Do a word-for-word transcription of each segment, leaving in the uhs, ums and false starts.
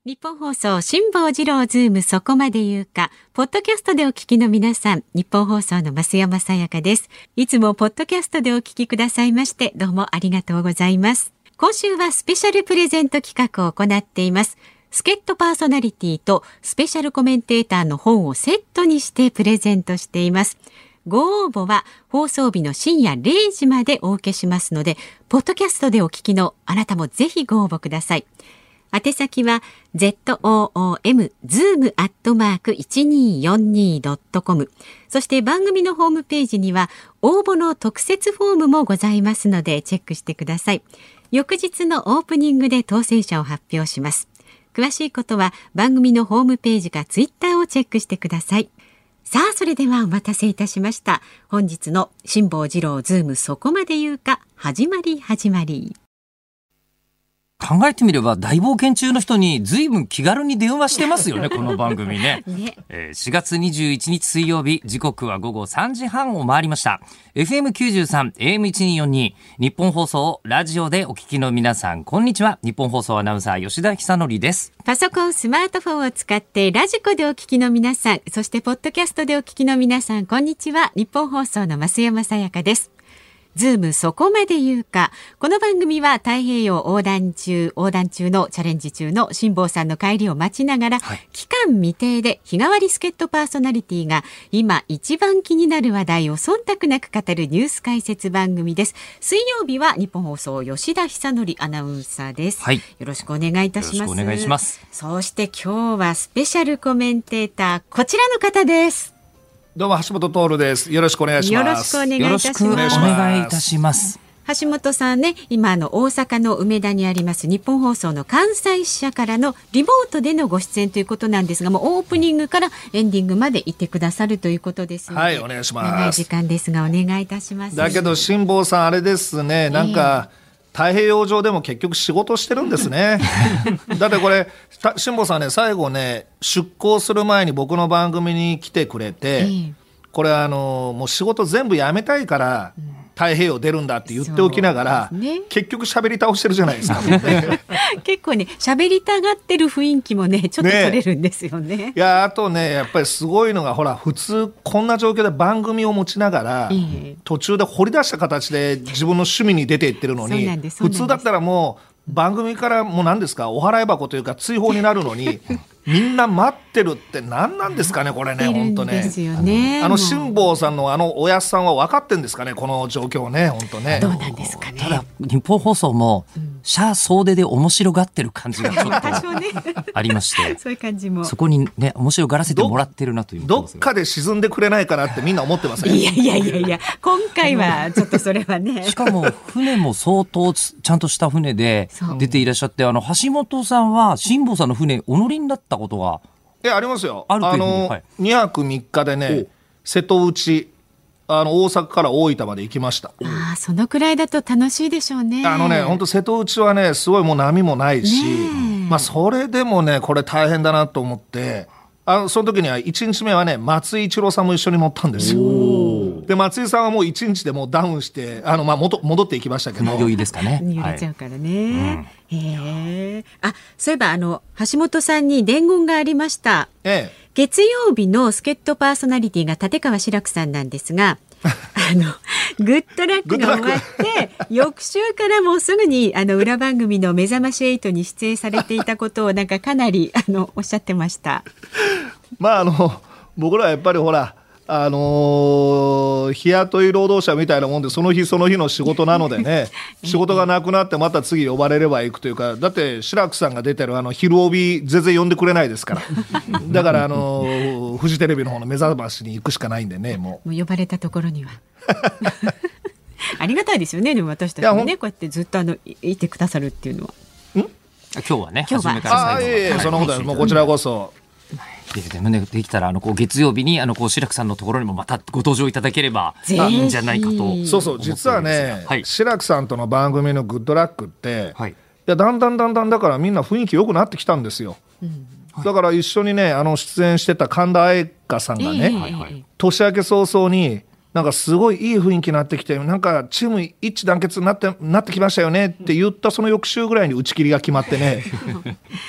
日本放送辛坊治郎ズームそこまで言うか、ポッドキャストでお聞きの皆さん、日本放送の増山さやかです。いつもポッドキャストでお聞きくださいましてどうもありがとうございます。今週はスペシャルプレゼント企画を行っています。助っ人パーソナリティとスペシャルコメンテーターの本をセットにしてプレゼントしています。ご応募は放送日の深夜れいじまでお受けしますので、ポッドキャストでお聞きのあなたもぜひご応募ください。宛先は ズーム ズーム アットマーク いちにーよんにー ドットコム、 そして番組のホームページには応募の特設フォームもございますのでチェックしてください。翌日のオープニングで当選者を発表します。詳しいことは番組のホームページかツイッターをチェックしてください。さあ、それではお待たせいたしました。本日の辛坊治郎ズームそこまで言うか、始まり始まり。 考えてみれば大冒険中の人に随分気軽に電話してますよねこの番組 ね, ね、えー、しがつにじゅういちにち水曜日、時刻は午後さんじはんを回りました。 エフエムきゅうじゅうさん エーエムいちにーよんにー 日本放送ラジオでお聞きの皆さん、こんにちは。日本放送アナウンサー吉田久典です。 パソコン、スマートフォンを使ってラジコでお聞きの皆さん、そしてポッドキャストでお聞きの皆さん、こんにちは。日本放送の増山さやかです。ズームそこまで言うか。この番組は太平洋横断中横断中のチャレンジ中の辛坊さんの帰りを待ちながら、はい、期間未定で日替わり助っ人パーソナリティが今一番気になる話題を忖度なく語るニュース解説番組です。水曜日は日本放送吉田久典アナウンサーです、はい、よろしくお願いいたします。 よろしくお願いします。 そして今日はスペシャルコメンテーター、こちらの方です。 どうも橋本徹です。よろしくお願いします。 よろしくお願いいたします。 よろしくお願いいたします。 橋本さんね、今の大阪の梅田にあります日本放送の関西支社からのリモートでのご出演ということなんですが、もうオープニングからエンディングまで行ってくださるということですので、 はい、お願いします。 長い時間ですがお願いいたします。 だけど辛坊さんあれですね、なんか、えー太平洋上でも結局仕事してるんですねだってこれ辛坊さんね、最後ね出航する前に僕の番組に来てくれて、えー、これあのもう仕事全部やめたいから太平洋出るんだって言っておきながら、ね、結局喋り倒してるじゃないですか結構ね喋りたがってる雰囲気もねちょっと取れるんですよね。ねいやあとねやっぱりすごいのが、ほら普通こんな状況で番組を持ちながら、えー、途中で掘り出した形で自分の趣味に出ていってるのに普通だったらもう番組からもう何ですかお払い箱というか追放になるのにみんな待ってるって何なんですかねこれね。本当ね、あの辛坊さんのあのおやすさんは分かってんですかねこの状況ね。本当ね、 どうなんですかね。 ただ日本放送も、うん、シャア総出で面白がってる感じがちょっとありましてそういう感じも、 そこにね面白がらせてもらってるなというどっかで沈んでくれないかなってみんな思ってますねいやいやいやいや今回はちょっとそれはねしかも船も相当ちゃんとした船で出ていらっしゃって、あの橋本さんは辛坊さんの船お乗りになったことがえありますよ。 あるというふうに、 あの、はい、にはくみっかでね瀬戸内あの大阪から大分まで行きました。 あそのくらいだと楽しいでしょうね。 あのね本当瀬戸内はねすごいもう波もないし、まあ、それでもねこれ大変だなと思って、あのその時にはいちにちめはね松井一郎さんも一緒に乗ったんですよ。で松井さんはもういちにちでもうダウンしてあの、まあ、戻, 戻っていきましたけど船酔いですかね。 揺れちゃうからね、はい、うん、へあそういえばあの橋本さんに伝言がありました、ええ、月曜日の助っ人パーソナリティが立川志らくさんなんですがあのグッドラックが終わって翌週からもうすぐにあの裏番組の目覚ましエイトに出演されていたことをなんかかなりあのおっしゃってました。 まああの僕らはやっぱりほらあのー、日雇い労働者みたいなもんでその日その日の仕事なのでね仕事がなくなってまた次呼ばれれば行くというか、だって志らくさんが出てるあの昼帯全然呼んでくれないですからだから、あのー、フジテレビの方の目覚ましに行くしかないんでね。もうもう呼ばれたところにはありがたいですよね。でも私たちもねこうやってずっとあのいてくださるっていうのはん今日はね今日は初めから最後まで、 あいえいえそのことはもうこちらこそで, で, もね、できたらあのこう月曜日にあのこう志らくさんのところにもまたご登場いただければいいんじゃないかと。 そうそう実はね、はい、志らくさんとの番組のグッドラックって、はい、いやだんだんだんだんだからみんな雰囲気良くなってきたんですよ、うんはい、だから一緒にねあの出演してた神田愛花さんがね、えー、年明け早々になんかすごいいい雰囲気になってきてなんかチーム一致団結になって、なってきましたよねって言ったその翌週ぐらいに打ち切りが決まってね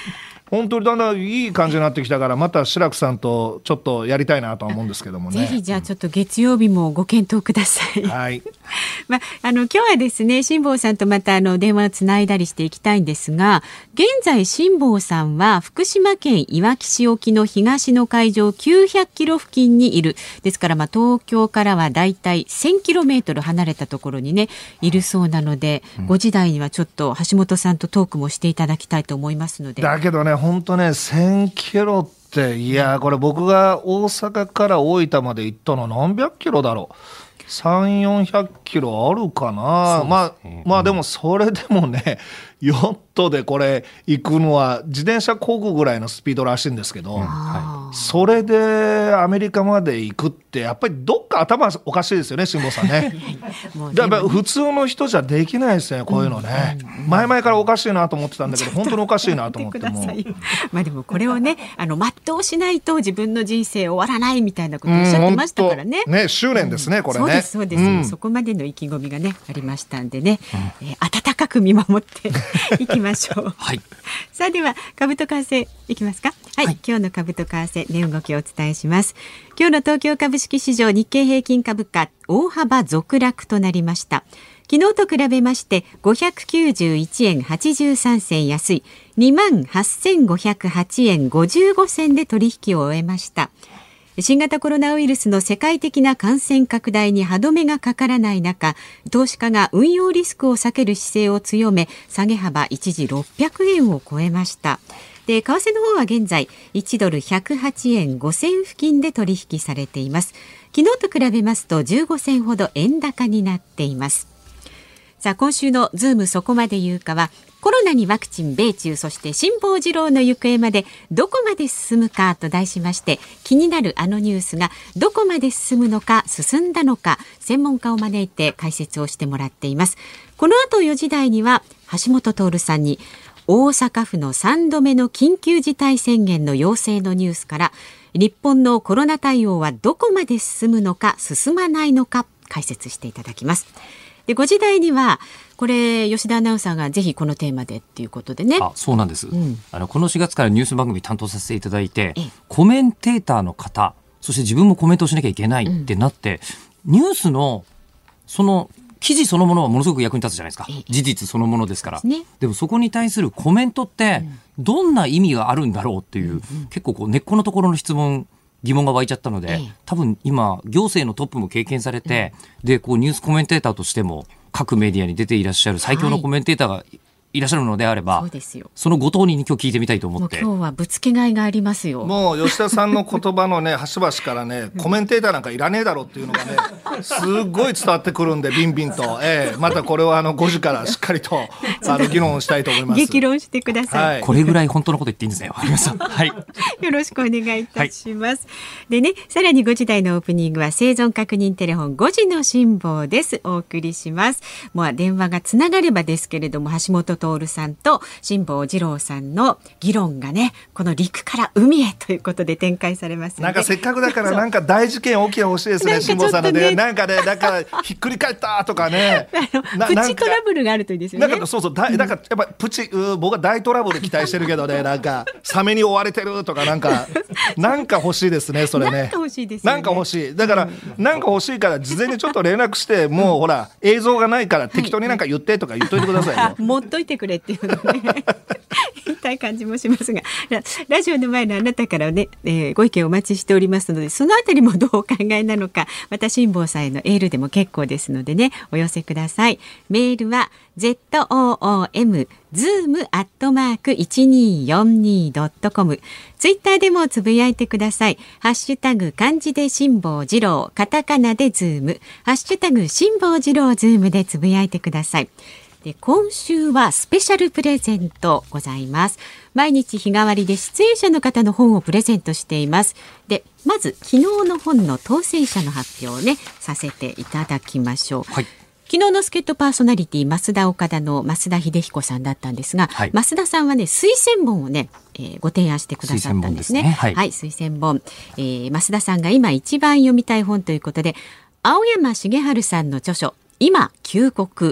本当にだんだんいい感じになってきたから、また志らくさんとちょっとやりたいなとは思うんですけどもね。 ぜひじゃあちょっと月曜日もご検討ください。 はい。 まあ、あの今日はですね、辛坊さんとまたあの電話をつないだりしていきたいんですが、現在辛坊さんは福島県いわき市沖の東の海上きゅうひゃくキロ付近にいる。ですからまあ東京からはだいたいせんキロメートル離れたところにねいるそうなので、うん、ごじ台にはちょっと橋本さんとトークもしていただきたいと思いますので。 だけどね、本当ね、せんキロっていやこれ僕が大阪から大分まで行ったの何百キロだろう。さんびゃく、よんひゃくキロあるかな、ね、まあ、まあでもそれでもね、ヨットでこれ行くのは自転車漕ぐぐらいのスピードらしいんですけど、うんはい、それでアメリカまで行くってやっぱりどっか頭おかしいですよね、辛坊さんね。やっぱり普通の人じゃできないですね、こういうのね、うん、前々からおかしいなと思ってたんだけど、本当におかしいなと思ってもまあでもこれをね、あの全うしないと自分の人生終わらないみたいなことをおっしゃってましたからね、 うん、ね執念ですね、うん、これね。 そうですそうです、うん、そこまでの意気込みがねありましたんでね、うんえー、温かく見守っていきましょう、はい、さあでは株と為替いきますか。はい、はい、今日の株と為替値動きをお伝えします。今日の東京株式市場日経平均株価大幅続落となりました。昨日と比べましてごひゃくきゅうじゅういちえんはちじゅうさんせん安い にまんはっせんごひゃくはちえんごじゅうごせんで取引を終えました。新型コロナウイルスの世界的な感染拡大に歯止めがかからない中、投資家が運用リスクを避ける姿勢を強め、下げ幅一時ろっぴゃくえんを超えました。で、為替の方は現在いちドルひゃくはちえんごせん付近で取引されています。昨日と比べますとじゅうごせんほど円高になっています。さあ今週のズームそこまで言うかは、コロナにワクチン米中そして辛坊治郎の行方までどこまで進むかと題しまして、気になるあのニュースがどこまで進むのか進んだのか、専門家を招いて解説をしてもらっています。この後よじ台には橋本徹さんに大阪府のさんどめの緊急事態宣言の要請のニュースから、日本のコロナ対応はどこまで進むのか進まないのか解説していただきます。でごじ台にはこれ吉田アナウンサーがぜひこのテーマでっていうことでね。 あ、そうなんです、うん、あのこのしがつからニュース番組担当させていただいて、コメンテーターの方、そして自分もコメントをしなきゃいけないってなって、うん、ニュースのその記事そのものはものすごく役に立つじゃないですか。事実そのものですから、ね、でもそこに対するコメントってどんな意味があるんだろうっていう、うんうん、結構こう根っこのところの質問疑問が湧いちゃったので、ええ、多分今行政のトップも経験されて、うん、でこうニュースコメンテーターとしても各メディアに出ていらっしゃる最強のコメンテーターがいらっしゃるのであれば、はい、そうですよ。そのご当人に今日聞いてみたいと思って。 もう今日はぶつけがいがありますよ。 もう吉田さんの言葉のね端々からねコメンテーターなんかいらねえだろっていうのがねすごい伝わってくるんで、ビンビンと、えー、またこれはあのごじからしっかりとあの議論したいと思います。 激論してください、 はい、これぐらい本当のこと言っていいんですね。わかりました、はい、 よろしくお願いいたします、はい、でね、さらにごじ台のオープニングは生存確認テレフォンごじの辛坊です。お送りします。もう電話がつながればですけれども、橋本徹さんと辛坊治郎さんの議論がね、この陸から海へということで展開されますので、 なんかせっかくだからなんか大事件起きてほしいですね。辛坊さんのでなんかね、なんかひっくり返ったとかねプチトラブルがあるといいですよね。 なんかそうそう、だなんかやっぱプチ僕は大トラブル期待してるけどね、なんかサメに追われてるとかなんかなんか欲しいですね、それね。 なんか欲しいですよね。 なんか欲しい。だから、うん、なんか欲しいから事前にちょっと連絡して、もうほら映像がないから適当になんか言ってとか言っといてくださいよ。 持っといてくれっていうのね言いたい感じもしますが、ラジオの前のあなたからね、えー、ご意見お待ちしておりますので、そのあたりもどうお考えなのか、また辛坊さんへのエールでも結構ですのでね、お寄せください。メールは ズーム ズーム アットマーク いちにーよんにー ドットコム、 ツイッターでもつぶやいてください。ハッシュタグ漢字で辛坊治郎、カタカナでズーム、ハッシュタグ辛坊治郎ズームでつぶやいてください。で今週はスペシャルプレゼントございます。毎日日替わりで出演者の方の本をプレゼントしています。でまず昨日の本の当選者の発表をねさせていただきましょう、はい、昨日の助っ人パーソナリティ増田岡田の増田秀彦さんだったんですが、はい、増田さんはね推薦本をね、えー、ご提案してくださったんですね。推薦本ですね、はいはい、推薦本、えー、増田さんが今一番読みたい本ということで、青山茂春さんの著書今旧国、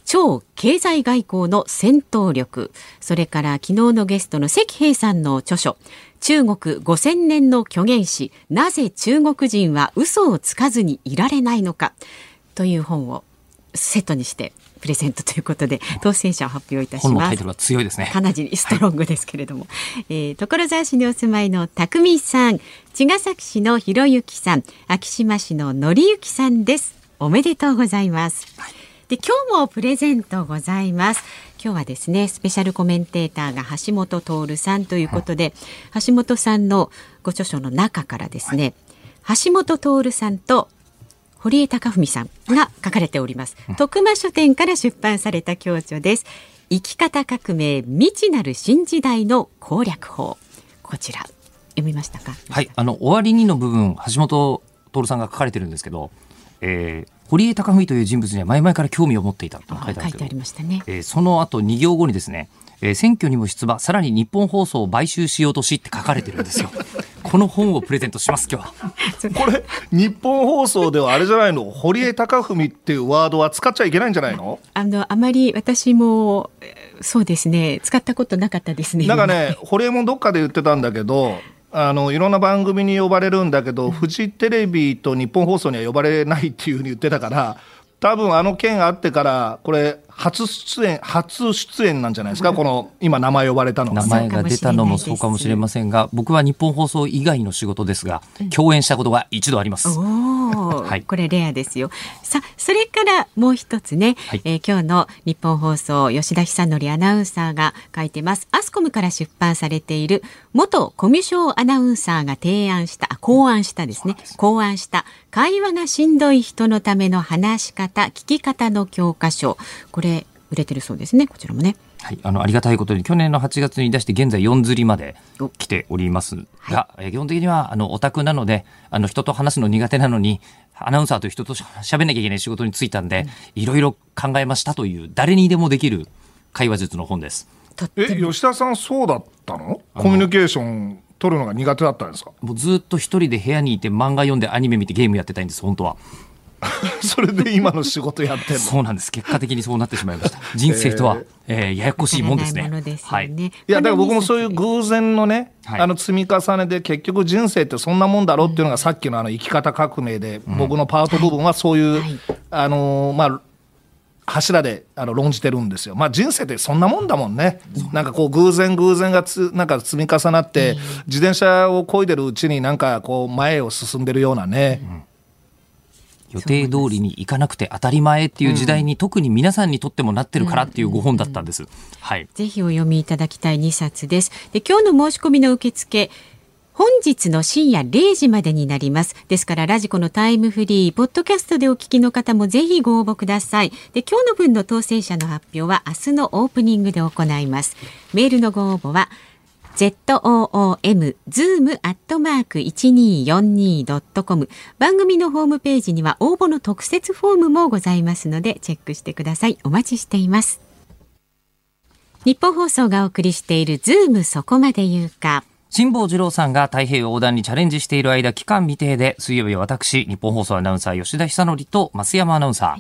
超経済外交の戦闘力、それから昨日のゲストの関平さんの著書、中国ごせんねんの虚言史、なぜ中国人は嘘をつかずにいられないのかという本をセットにしてプレゼントということで、当選者を発表いたします。 本のタイトルは強いですね。 かなりストロングですけれども、はいえー、所沢市にお住まいの匠さん、茅ヶ崎市のひろゆきさん、昭島市ののりゆきさんです。おめでとうございます。はい、で今日もプレゼントございます。今日はですね、スペシャルコメンテーターが橋本徹さんということで、うん、橋本さんのご著書の中からですね、はい、橋本徹さんと堀江貴文さんが書かれております、うん、徳間書店から出版された教著です。生き方革命、未知なる新時代の攻略法。こちら読みましたか？ はい、あの終わりにの部分、橋本徹さんが書かれてるんですけど、えー堀江貴文という人物には前々から興味を持っていたと書いてあるんですけど、 書いてありましたね。 えー、その後に行後にですね、えー、選挙にも出馬、さらに日本放送を買収しようとしって書かれてるんですよ。この本をプレゼントします。今日はこれ日本放送ではあれじゃないの、堀江貴文っていうワードは使っちゃいけないんじゃないの？ あのあまり私もそうですね、使ったことなかったですね。 なんかね、堀江もどっかで言ってたんだけど、あのいろんな番組に呼ばれるんだけど、フジテレビと日本放送には呼ばれないっていうふうに言ってたから、多分あの件があってからこれ初出演初出演なんじゃないですか、この今名前呼ばれたの名前が出たのもそうかもしれませんが、僕は日本放送以外の仕事ですが、うん、共演したことが一度あります。 お、はい、これレアですよ。さあ、それからもう一つね、はい、えー、今日の日本放送吉田久典アナウンサーが書いてます。アスコムから出版されている元コミュ障アナウンサーが提案した考案したですね考案した会話がしんどい人のための話し方聞き方の教科書、これ売れてるそうですね。こちらもね、 はい、あのありがたいことに去年のはちがつに出して現在よん釣りまで来ておりますが、はい、基本的にはあのオタクなので、あの人と話すの苦手なのにアナウンサーという人と喋んなきゃいけない仕事に就いたんで、いろいろ考えましたという誰にでもできる会話術の本です。 え、吉田さんそうだったの？コミュニケーション取るのが苦手だったんですか？ もうずっと一人で部屋にいて漫画読んでアニメ見てゲームやってたいんです、本当は。 それで今の仕事やってんの？ そうなんです。結果的にそうなってしまいました。人生とは、えーえー、ややこしいもんですね。 はい。いやだから僕もそういう偶然のね、はい、あの積み重ねで結局人生ってそんなもんだろうっていうのがさっきのあの生き方革命で、うん、僕のパート部分はそういう、はい、あのー、まあ柱であの論じてるんですよ。まあ人生ってそんなもんだもんね。なんかこう偶然偶然がつなんか積み重なって、自転車を漕いでるうちになんかこう前を進んでるようなね。うん、 予定通りに行かなくて当たり前っていう時代に、うん、特に皆さんにとってもなってるからっていうご本だったんです。はい。 ぜひお読みいただきたいにさつです。で、今日の申し込みの受付、本日の深夜れいじまでになります。ですからラジコのタイムフリーポッドキャストでお聞きの方もぜひご応募ください。で、今日の分の当選者の発表は明日のオープニングで行います。メールのご応募は ズーム ズーム アットマーク いちにーよんにー ドットコム 番組のホームページには応募の特設フォームもございますのでチェックしてください。お待ちしています。日本放送がお送りしているズームそこまで言うか。 辛坊治郎さんが太平洋横断にチャレンジしている間、期間未定で水曜日は私日本放送アナウンサー吉田久典と増山アナウンサー、はい、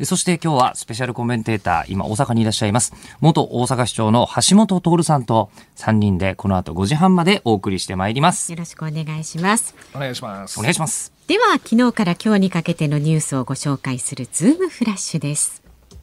そして今日はスペシャルコメンテーター、今大阪にいらっしゃいます元大阪市長の橋本徹さんとさんにんでこの後ごじはんまでお送りしてまいります。 よろしくお願いします。 お願いします。 お願いします。 では昨日から今日にかけてのニュースをご紹介するズームフラッシュです。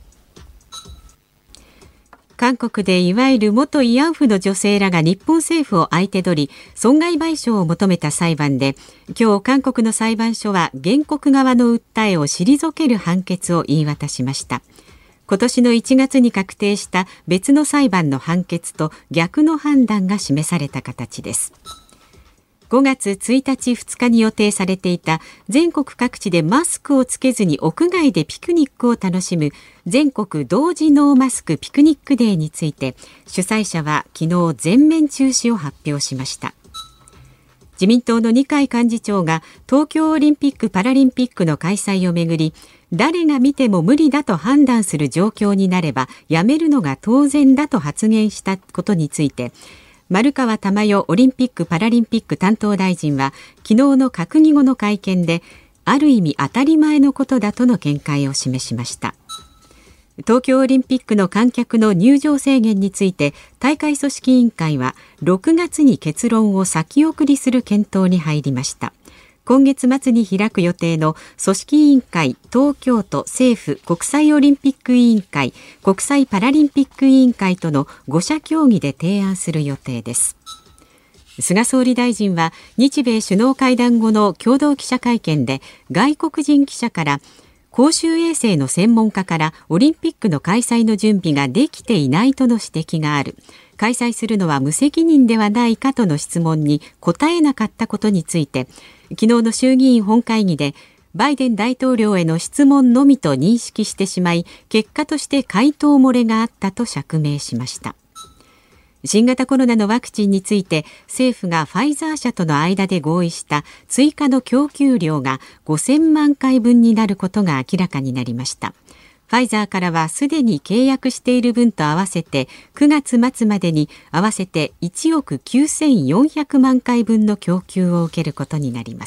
韓国でいわゆる元慰安婦の女性らが日本政府を相手取り損害賠償を求めた裁判で、今日韓国の裁判所は原告側の訴えを退ける判決を言い渡しました。今年のいちがつに確定した別の裁判の判決と逆の判断が示された形です。ごがつついたちふつかに予定されていた全国各地でマスクをつけずに屋外でピクニックを楽しむ全国同時ノーマスクピクニックデーについて、主催者は昨日全面中止を発表しました。自民党の二階幹事長が東京オリンピック・パラリンピックの開催をめぐり、誰が見ても無理だと判断する状況になればやめるのが当然だと発言したことについて、丸川珠代オリンピック・パラリンピック担当大臣は昨日の閣議後の会見で、ある意味当たり前のことだとの見解を示しました。 東京オリンピックの観客の入場制限について大会組織委員会はろくがつに結論を先送りする検討に入りました。今月末に開く予定の組織委員会、東京都、政府、国際オリンピック委員会、国際パラリンピック委員会とのご者協議で提案する予定です。菅総理大臣は日米首脳会談後の共同記者会見で外国人記者から公衆衛生の専門家からオリンピックの開催の準備ができていないとの指摘がある。開催するのは無責任ではないかとの質問に答えなかったことについて、昨日の衆議院本会議でバイデン大統領への質問のみと認識してしまい、結果として回答漏れがあったと釈明しました。新型コロナのワクチンについて政府がファイザー社との間で合意した追加の供給量がごせんまんかいぶんになることが明らかになりました。ファイザーからはすでに契約している分と合わせてくがつ末までに合わせていちおくきゅうせんよんひゃくまんかいぶんの供給を受けることになります。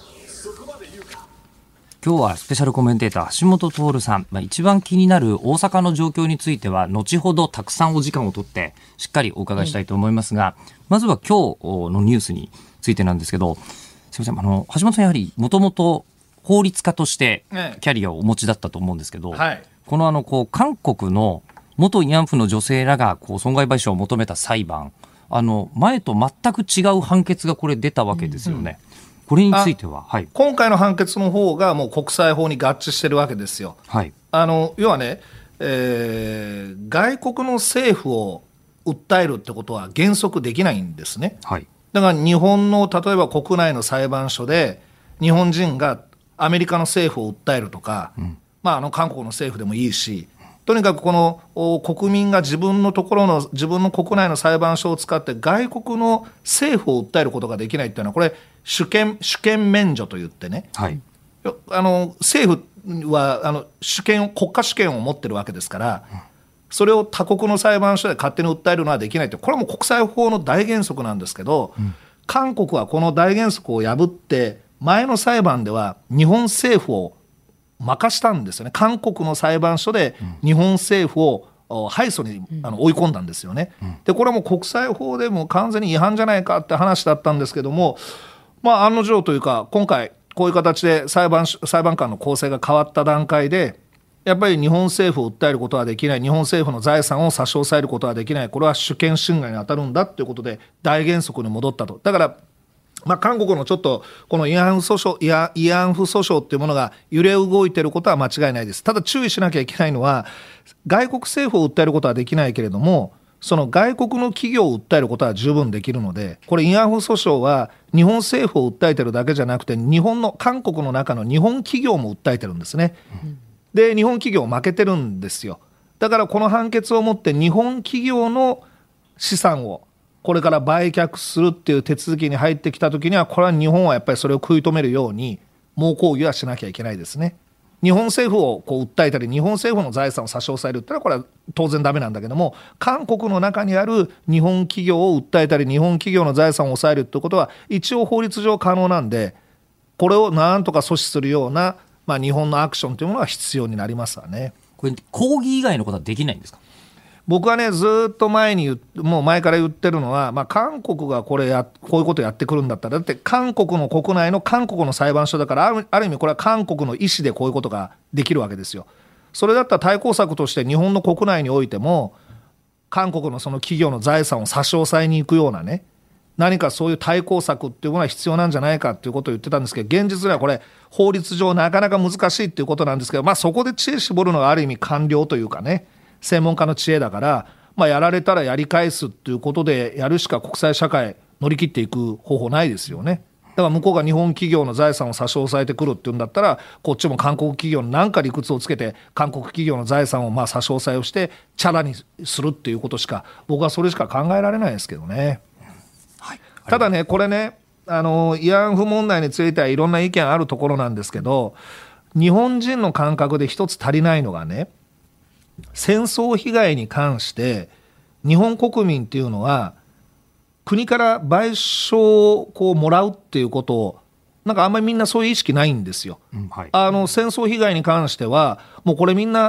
今日はスペシャルコメンテーター橋本徹さん、まあ、一番気になる大阪の状況については後ほどたくさんお時間を取ってしっかりお伺いしたいと思いますが、うん、まずは今日のニュースについてなんですけど、すみません、あの橋本さんやはりもともと法律家としてキャリアをお持ちだったと思うんですけど、はい、このあのこう韓国の元慰安婦の女性らがこう損害賠償を求めた裁判、あの前と全く違う判決がこれ出たわけですよね。うんうん、これについては、はい、 今回の判決の方がもう国際法に合致してるわけですよ。はい、あの要はね、えー、外国の政府を訴えるってことは原則できないんですね。はい、だから日本の例えば国内の裁判所で日本人がアメリカの政府を訴えるとか、うん、まあ、あの韓国の政府でもいいし、とにかくこの国民が自分のところの自分の国内の裁判所を使って外国の政府を訴えることができないっていうのはこれ主権、主権免除といってね、はい、あの政府はあの主権を国家主権を持ってるわけですから、うん、それを他国の裁判所で勝手に訴えるのはできないって、これはもう国際法の大原則なんですけど、うん、韓国はこの大原則を破って前の裁判では日本政府を任したんですよね。韓国の裁判所で日本政府を敗訴にあの追い込んだんですよね。でこれはもう国際法でも完全に違反じゃないかって話だったんですけども、まあ、案の定というか今回こういう形で裁判、裁判官の構成が変わった段階でやっぱり日本政府を訴えることはできない、日本政府の財産を差し押さえることはできない、これは主権侵害に当たるんだということで大原則に戻ったと。だからまあ、韓国のちょっとこの慰安婦訴訟、慰安婦訴訟っていうものが揺れ動いていることは間違いないです。ただ注意しなきゃいけないのは外国政府を訴えることはできないけれども、その外国の企業を訴えることは十分できるので、これ慰安婦訴訟は日本政府を訴えてるだけじゃなくて日本の韓国の中の日本企業も訴えてるんですね。で日本企業負けてるんですよ。だからこの判決をもって日本企業の資産をこれから売却するっていう手続きに入ってきたときには、これは日本はやっぱりそれを食い止めるように猛抗議はしなきゃいけないですね。日本政府をこう訴えたり日本政府の財産を差し押さえるってのはこれは当然ダメなんだけども、韓国の中にある日本企業を訴えたり日本企業の財産を抑えるってことは一応法律上可能なんで、これをなんとか阻止するような、まあ、日本のアクションというものは必要になりますわね。 これ抗議以外のことはできないんですか？ 僕はねずっと前にもう前から言ってるのは、まあ、韓国がこれやこういうことをやってくるんだったら、だって韓国の国内の韓国の裁判所だから、ある、ある意味これは韓国の意思でこういうことができるわけですよ。それだったら対抗策として日本の国内においても韓国のその企業の財産を差し押さえに行くようなね、何かそういう対抗策っていうものは必要なんじゃないかっていうことを言ってたんですけど、現実ではこれ法律上なかなか難しいっていうことなんですけど、まあ、そこで知恵絞るのがある意味官僚というかね、専門家の知恵だから、まあ、やられたらやり返すっていうことでやるしか国際社会乗り切っていく方法ないですよね。だから向こうが日本企業の財産を差し押さえてくるっていうんだったら、こっちも韓国企業の何か理屈をつけて韓国企業の財産をまあ差し押さえをしてチャラにするっていうことしか、僕はそれしか考えられないですけどね。はい、ただねこれね、あの慰安婦問題についてはいろんな意見あるところなんですけど、日本人の感覚で一つ足りないのがね、戦争被害に関して日本国民っていうのは国から賠償をこうもらうっていうことをなんかあんまりみんなそういう意識ないんですよ。うん、はい、あの戦争被害に関してはもうこれみんな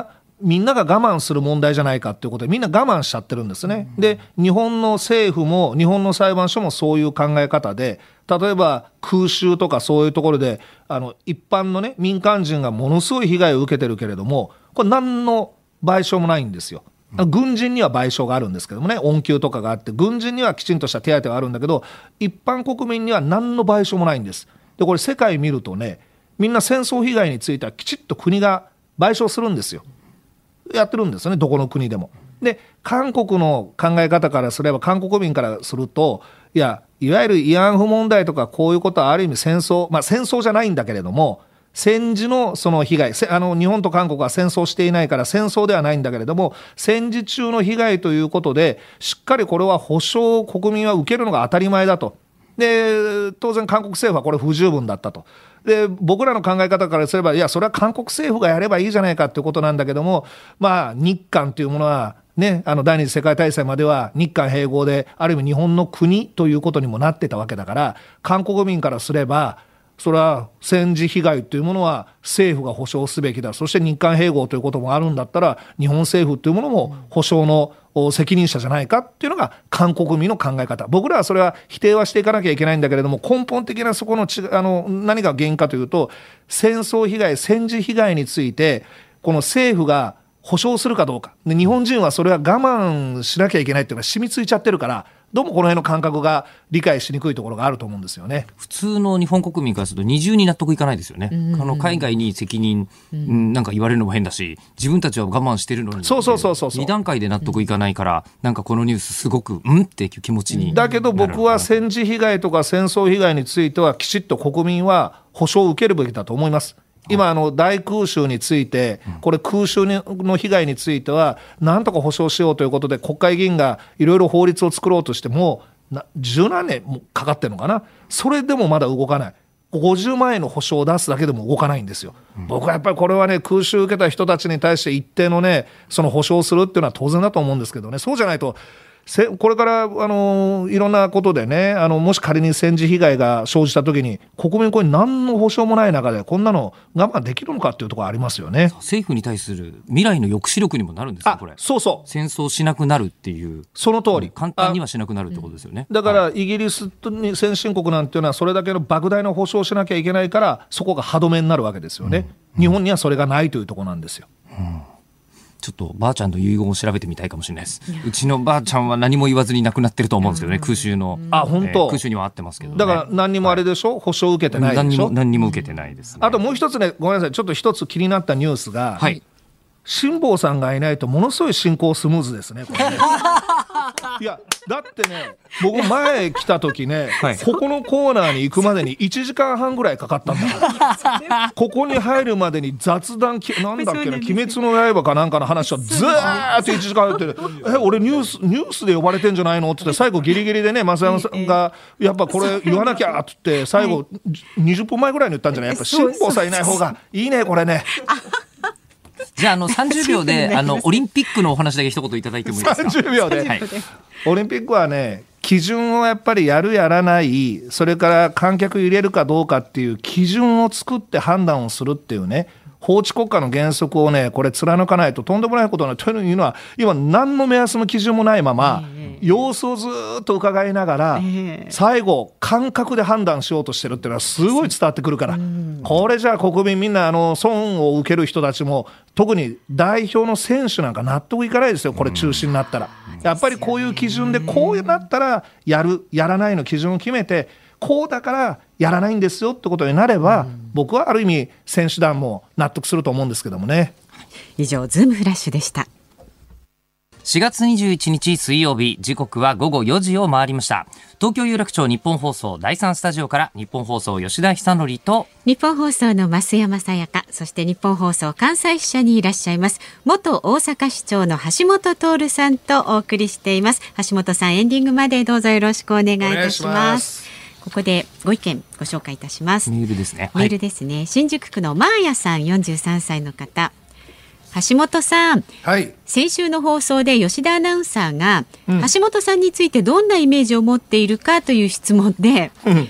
みんなが我慢する問題じゃないかということでみんな我慢しちゃってるんですね。で日本の政府も日本の裁判所もそういう考え方で、例えば空襲とかそういうところであの一般の、ね、民間人がものすごい被害を受けてるけれども、これ何の賠償もないんですよ。軍人には賠償があるんですけどもね、恩給とかがあって軍人にはきちんとした手当があるんだけど、一般国民には何の賠償もないんです。でこれ世界見るとね、みんな戦争被害についてはきちっと国が賠償するんですよ。やってるんですよね、どこの国でも。で韓国の考え方からすれば、韓国民からすると、いやいわゆる慰安婦問題とかこういうことはある意味戦争、まあ戦争じゃないんだけれども、戦時のその被害、あの日本と韓国は戦争していないから戦争ではないんだけれども、戦時中の被害ということでしっかりこれは補償を国民は受けるのが当たり前だと。で当然韓国政府はこれ不十分だったと。で僕らの考え方からすれば、いやそれは韓国政府がやればいいじゃないかということなんだけども、まあ日韓というものはね、あの第二次世界大戦までは日韓併合である意味日本の国ということにもなってたわけだから、韓国民からすればそれは戦時被害というものは政府が保障すべきだ、そして日韓併合ということもあるんだったら日本政府というものも保障の責任者じゃないかっていうのが韓国民の考え方。僕らはそれは否定はしていかなきゃいけないんだけれども、根本的なそこのちあの何が原因かというと、戦争被害戦時被害についてこの政府が保障するかどうかで、日本人はそれは我慢しなきゃいけないっていうのが染みついちゃってるから、どうもこの辺の感覚が理解しにくいところがあると思うんですよね。 普通の日本国民からすると二重に納得いかないですよね。うんうん、あの海外に責任、うん、なんか言われるのも変だし、自分たちは我慢してるのに、 そうそうそうそうそう、 に段階で納得いかないから、うん、なんかこのニュースすごくうんっていう気持ちになる。 だけど僕は戦時被害とか戦争被害についてはきちっと国民は保障を受けるべきだと思います。今あの大空襲について、これ空襲の被害についてはなんとか保障しようということで国会議員がいろいろ法律を作ろうとしても十何年もかかってるのかな。それでもまだ動かない。ごじゅうまんえんの保証を出すだけでも動かないんですよ。僕はやっぱりこれはね、空襲を受けた人たちに対して一定のねその保証をするっていうのは当然だと思うんですけどね、そうじゃないとこれからあのいろんなことでね、あのもし仮に戦時被害が生じたときに国民これ何の保証もない中でこんなの我慢できるのかっていうところありますよね。 政府に対する未来の抑止力にもなるんですかこれ。 そうそう、 戦争しなくなるっていう、 その通り、 簡単にはしなくなるってことですよね。 だからイギリスに先進国なんていうのはそれだけの莫大な保証をしなきゃいけないから、そこが歯止めになるわけですよね、うん、日本にはそれがないというところなんですよ、うん。 ちょっとばあちゃんの遺言を調べてみたいかもしれないです。うちのばあちゃんは何も言わずに亡くなってると思うんですけどね、空襲の。 あ、本当、 えー、空襲にはあってますけどね。 だから何にもあれでしょ、はい、保証を受けてないでしょ。 何にも何にも受けてないですね。 あともう一つね、ごめんなさい、ちょっと一つ気になったニュースが、はい、辛坊さんがいないとものすごい進行スムーズですねこれねいやだってね、僕前来た時ね、はい、ここのコーナーに行くまでにいちじかんはんぐらいかかったんだからここに入るまでに雑談なんだっけな、鬼滅の刃かなんかの話をずーっといちじかんやってるえ俺ニュースニュースで呼ばれてんじゃないのって言って、最後ギリギリでね増山さんがやっぱこれ言わなきゃって言って最後にじゅっぷんまえぐらいに言ったんじゃない。やっぱ辛坊さんいない方がいいねこれね。 じゃあ、あのさんじゅうびょうであのオリンピックのお話だけ一言いただいてもいいですか。 さんじゅうびょうで、はい、オリンピックはね、基準をやっぱりやるやらない、それから観客入れるかどうかっていう基準を作って判断をするっていうね、法治国家の原則をねこれ貫かないととんでもないことになるというのは、今何の目安も基準もないまま、えー、様子をずっと伺いながら、えー、最後感覚で判断しようとしてるっていうのはすごい伝わってくるから、これじゃあ国民みんなあの損を受ける人たちも、特に代表の選手なんか納得いかないですよこれ中止になったら。やっぱりこういう基準でこうなったらやるやらないの基準を決めて、こうだからやらないんですよってことになれば、うん、僕はある意味選手団も納得すると思うんですけどもね。 以上ズームフラッシュでした。 しがつにじゅういちにち水曜日、時刻はごごよじを回りました。東京有楽町日本放送だいさんスタジオから日本放送吉田久典と日本放送の増山さやか、そして日本放送関西支社にいらっしゃいます元大阪市長の橋本徹さんとお送りしています。橋本さん、エンディングまでどうぞよろしくお願いいたします。ここでご意見ご紹介いたします。 メールですね。 メールですね、はい、新宿区のマーヤさんよんじゅうさんさいの方。橋本さん、 はい、 先週の放送で吉田アナウンサーが、うん、橋本さんについてどんなイメージを持っているかという質問で、うん、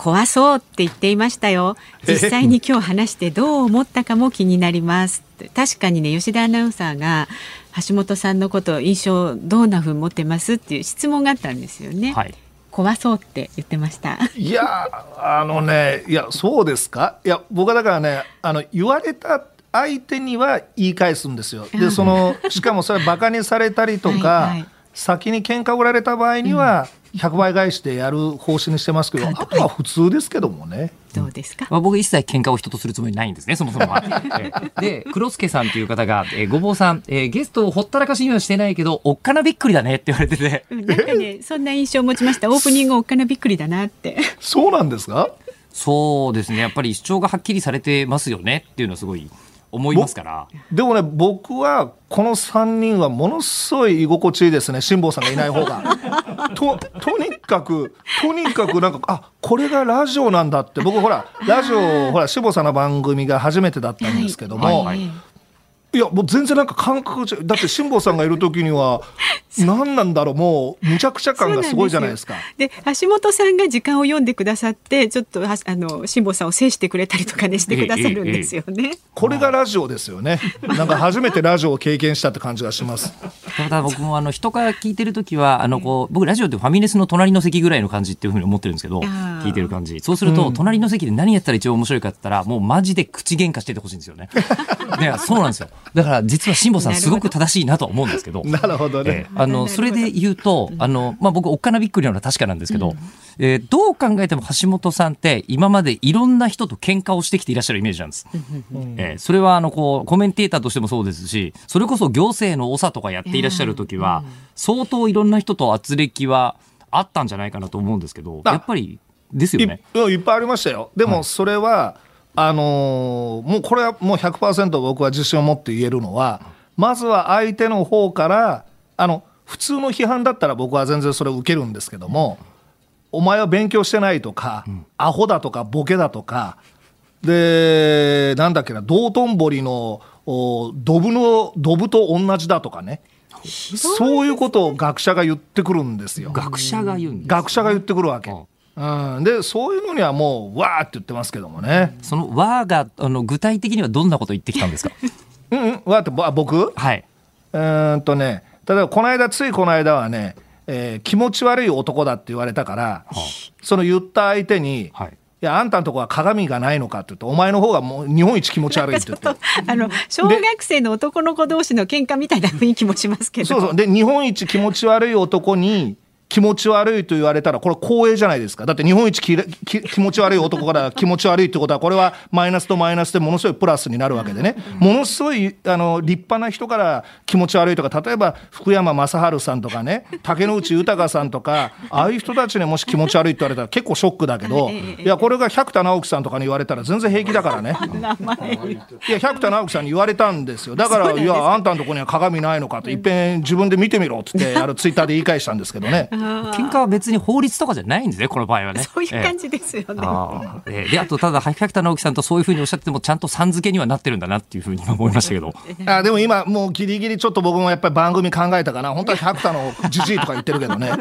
怖そうって言っていましたよ。実際に今日話してどう思ったかも気になりますって確かにね、吉田アナウンサーが橋本さんのこと印象どんな風に持ってますっていう質問があったんですよね、はい、怖そうって言ってました。 いやあのねいやそうですか。いや僕はだからねあの言われた相手には言い返すんですよ。でそのしかもそれはバカにされたりとかはい、はい、先に喧嘩売られた場合にはひゃくばい返してやる方針にしてますけど、うん、あとは普通ですけどもね。 どうですか。 まあ、僕一切喧嘩を人とするつもりないんですね、そもそもは。で黒助さんという方が、えー、ごぼうさん、えー、ゲストをほったらかしにはしてないけどおっかなびっくりだねって言われてて、 なんかねそんな印象を持ちました。オープニングおっかなびっくりだなって。 そうなんですか。 そうですね、やっぱり主張がはっきりされてますよねっていうのはすごい思いますから。 でもね僕はこのさんにんはものすごい居心地いいですね。辛坊さんがいない方がと, とにかくとにかくなんかあこれがラジオなんだって。僕ほらラジオほら辛坊さんの番組が初めてだったんですけども、はいはいはい、いやもう全然なんか感覚違う。だって辛坊さんがいる時には何なんだろう、もうむちゃくちゃ感がすごいじゃないですか。 で橋本さんが時間を読んでくださってちょっとあの辛坊さんを制してくれたりとかねしてくださるんですよね、ええええ、 これがラジオですよね。なんか初めてラジオを経験したって感じがします。 ただ僕もあの人から聞いてるときはあのこう僕ラジオってファミレスの隣の席ぐらいの感じっていうふうに思ってるんですけど、聞いてる感じそうすると、うん、隣の席で何やったら一番面白いかって言ったらもうマジで口喧嘩しててほしいんですよね。いやそうなんですよ。だから実は辛坊さんすごく正しいなと思うんですけどなるほどね、 えー、あのそれで言うとあの、まあ、僕おっかなびっくりなのは確かなんですけど、うんえー、どう考えても橋本さんって今までいろんな人と喧嘩をしてきていらっしゃるイメージなんです、うんえー、それはあのこうコメンテーターとしてもそうですしそれこそ行政の長とかやっていらっしゃる時は相当いろんな人と圧力はあったんじゃないかなと思うんですけどやっぱりですよね。 い, いっぱいありましたよ。でもそれは、はいあのー、もうこれはもう ひゃくパーセント 僕は自信を持って言えるのはまずは相手の方からあの普通の批判だったら僕は全然それを受けるんですけどもお前は勉強してないとか、うん、アホだとかボケだとかでなんだっけな道頓堀のドブのドブと同じだとかねそういうことを学者が言ってくるんですよ。 学者が言うんです、ね、 学者が言ってくるわけ、うん、でそういうのにはもうわーって言ってますけどもね。 そのわーがあの具体的にはどんなこと言ってきたんですか。 うんうんわーって僕はいうんとね例えばこの間ついこの間はね、えー、気持ち悪い男だって言われたから、はあ、その言った相手に、はい、いやあんたのとこは鏡がないのかって言ってお前の方がもう日本一気持ち悪いって言ってあの小学生の男の子同士の喧嘩みたいな雰囲気もしますけどそうそうで日本一気持ち悪い男に気持ち悪いと言われたらこれ光栄じゃないですか。だって日本一きき気持ち悪い男から気持ち悪いってことはこれはマイナスとマイナスでものすごいプラスになるわけでね、ものすごいあの立派な人から気持ち悪いとか例えば福山雅治さんとかね竹野内豊さんとかああいう人たちにもし気持ち悪いって言われたら結構ショックだけどいやこれが百田直樹さんとかに言われたら全然平気だからねいや百田直樹さんに言われたんですよ。だからいやあんたのとこには鏡ないのかといっぺん自分で見てみろって言ってあのツイッターで言い返したんですけどね喧嘩は別に法律とかじゃないんですねこの場合はね。 そういう感じですよね、えー、 あえー、であとただ百田直樹さんとそういうふうにおっしゃってもちゃんとさん付けにはなってるんだなっていうふうに思いましたけどあでも今もうギリギリちょっと僕もやっぱり番組考えたかな。本当は百田のジジイとか言ってるけどね、うん、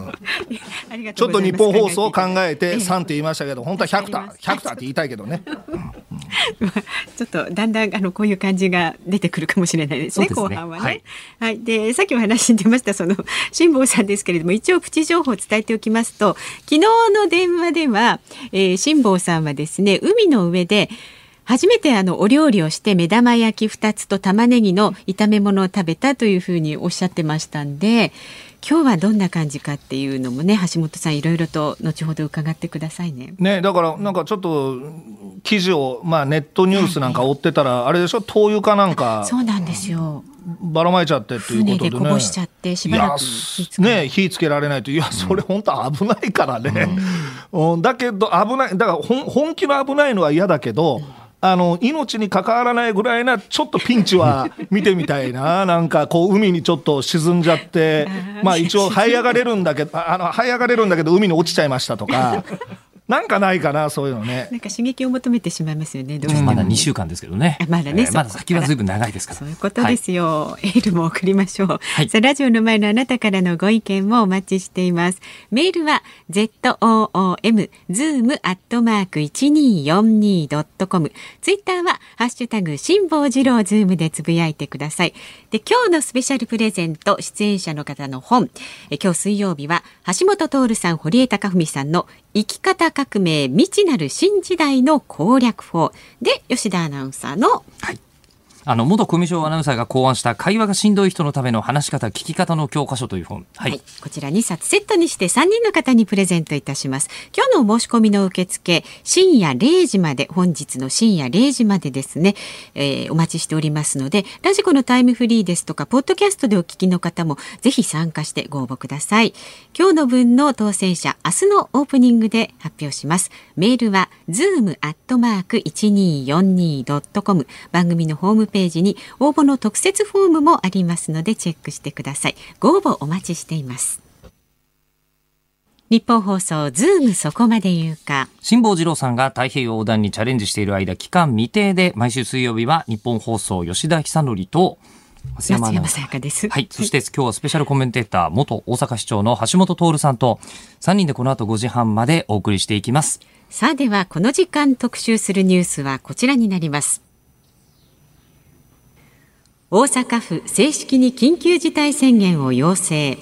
ちょっと日本放送を考えてさんって言いましたけど本当は百田百田って言いたいけどねちょっとだんだんあのこういう感じが出てくるかもしれないですね、後半はね、はいはい、でさっきお話に出ましたその辛坊さんですけれども一応プチ情報を伝えておきますと昨日の電話では、えー、辛坊さんはですね海の上で初めてあのお料理をして目玉焼きふたつと玉ねぎの炒め物を食べたというふうにおっしゃってましたんで今日はどんな感じかっていうのもね橋本さんいろいろと後ほど伺ってくださいね。 ねだからなんかちょっと記事を、まあ、ネットニュースなんか追ってたらあれでしょ灯油かなんかそうなんですよばらまいちゃってっていうことでね船でこぼしちゃってしばらく火つけね火つけられないといやそれ本当危ないからね、うん、だけど危ないだから本気の危ないのは嫌だけど、うんあの命に関わらないぐらいなちょっとピンチは見てみたいななんかこう海にちょっと沈んじゃってまあ一応這い上がれるんだけどあの這い上がれるんだけど海に落ちちゃいましたとかなんかないかな、そういうのね。 なんか刺激を求めてしまいますよね。どうしてもまだにしゅうかんですけどね。 まだね、 えー、まだ先はずいぶん長いですから。 そういうことですよ、はい、エールも送りましょう、 はい、 さあラジオの前のあなたからのご意見もお待ちしています。メールは ズーム アットマーク いちにーよんにー ドットコム、 ツイッターはハッシュタグ辛坊治郎ズームでつぶやいてください。で、今日のスペシャルプレゼント、出演者の方の本、え今日水曜日は橋本徹さん、堀江貴文さんの生き方革命未知なる新時代の攻略法で、吉田アナウンサーの、 はい、あの元コミュ障アナウンサーが考案した会話がしんどい人のための話し方聞き方の教科書という本、はいはい、 こちらにさつセットにしてさんにんの方にプレゼントいたします。今日の申し込みの受付、深夜れいじまで、本日の深夜れいじまでですね、えー、お待ちしておりますので、ラジコのタイムフリーですとかポッドキャストでお聞きの方もぜひ参加してご応募ください。今日の分の当選者、明日のオープニングで発表します。メールは ズーム アットマーク いちにーよんにー ドットコム、 番組のホームページに応募の特設フォームもありますのでチェックしてください。ご応募お待ちしています。日本放送ズームそこまで言うか、 辛坊治郎さんが太平洋横断にチャレンジしている間、期間未定で毎週水曜日は日本放送吉田久典と松山さやかです。 はい、そして今日はスペシャルコメンテーター、元大阪市長の橋本徹さんとさんにんでこの後ごじはんまでお送りしていきます。 さあ、ではこの時間特集するニュースはこちらになります。大阪府正式に緊急事態宣言を要請。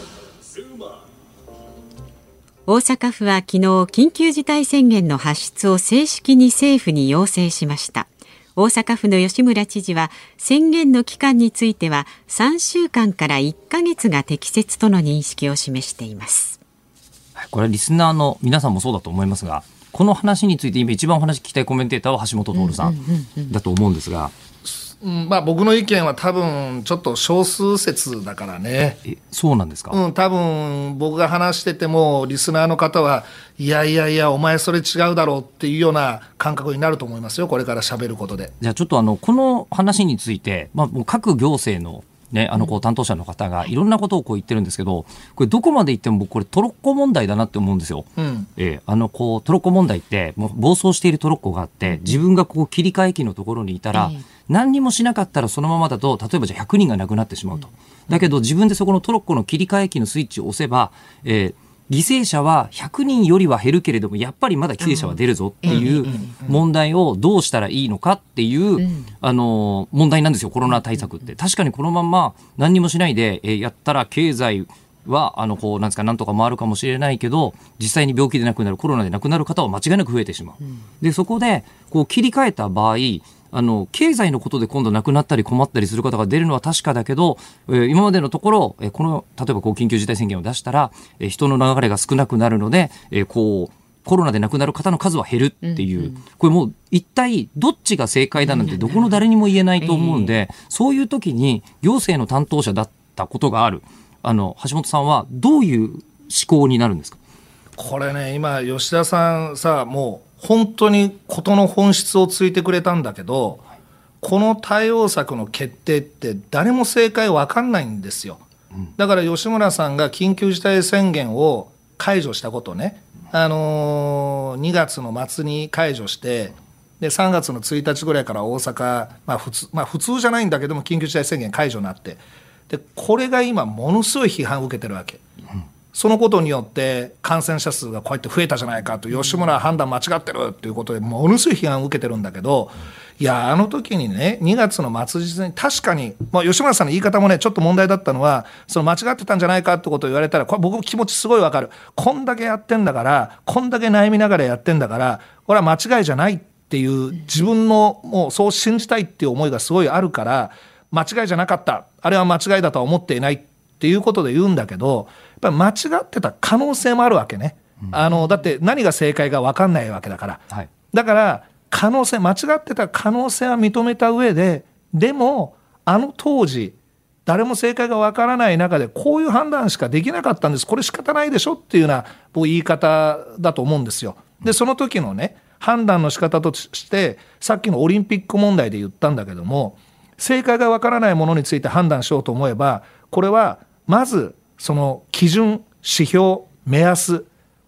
大阪府は昨日緊急事態宣言の発出を正式に政府に要請しました。大阪府の吉村知事は宣言の期間についてはさんしゅうかんからいっかげつが適切との認識を示しています。 これリスナーの皆さんもそうだと思いますが、この話について今一番お話聞きたいコメンテーターは橋本徹さんだと思うんですが、 うん、まあ、僕の意見は多分ちょっと少数説だからね。 え、そうなんですか。 うん、多分僕が話しててもリスナーの方はいやいやいやお前それ違うだろうっていうような感覚になると思いますよ、これから喋ることで。 じゃあちょっとあのこの話について、まあ、もう各行政のね、あのこう担当者の方がいろんなことをこう言ってるんですけど、これどこまで言っても僕これトロッコ問題だなって思うんですよ、うんえー、あのこうトロッコ問題ってもう暴走しているトロッコがあって、自分がこう切り替え機のところにいたら、えー、何にもしなかったらそのままだと例えばじゃあひゃくにんが亡くなってしまうと、だけど自分でそこのトロッコの切り替え機のスイッチを押せば、えー犠牲者はひゃくにんよりは減るけれどもやっぱりまだ犠牲者は出るぞっていう問題をどうしたらいいのかっていうあの問題なんですよ、コロナ対策って。確かにこのまま何にもしないでやったら経済はあのこうなんですかなんとか回るかもしれないけど、実際に病気で亡くなる、コロナで亡くなる方は間違いなく増えてしまう。でそこでこう切り替えた場合、あの経済のことで今度亡くなったり困ったりする方が出るのは確かだけど、えー、今までのところ、えー、この例えばこう緊急事態宣言を出したら、えー、人の流れが少なくなるので、えー、こうコロナで亡くなる方の数は減るっていう、うんうん、これもう一体どっちが正解だなんてどこの誰にも言えないと思うんで、えー、そういう時に行政の担当者だったことがあるあの橋本さんはどういう思考になるんですか。 これね、今吉田さんさ、もう本当に事の本質をついてくれたんだけど、この対応策の決定って誰も正解分かんないんですよ。だから吉村さんが緊急事態宣言を解除したことね、あのー、にがつの末に解除してでさんがつのついたちぐらいから大阪、まあ普通、まあ普通じゃないんだけども緊急事態宣言解除になって、でこれが今ものすごい批判を受けてるわけ。そのことによって感染者数がこうやって増えたじゃないかと、吉村は判断間違ってるっていうことでものすごい批判を受けてるんだけど、いやあの時にねにがつの末日に確かに、まあ、吉村さんの言い方もねちょっと問題だったのは、その間違ってたんじゃないかってことを言われたら、これ僕気持ちすごいわかる。こんだけやってんだから、こんだけ悩みながらやってんだから、これは間違いじゃないっていう自分のもうそう信じたいっていう思いがすごいあるから、間違いじゃなかった、あれは間違いだとは思っていないっていうことで言うんだけど、やっぱり間違ってた可能性もあるわけね、うん、あのだって何が正解か分かんないわけだから、はい、だから可能性、間違ってた可能性は認めた上で、でもあの当時誰も正解が分からない中でこういう判断しかできなかったんです、これ仕方ないでしょっていうような言い方だと思うんですよ。でその時のね判断の仕方としてさっきのオリンピック問題で言ったんだけども、正解が分からないものについて判断しようと思えば、これはまずその基準、指標、目安、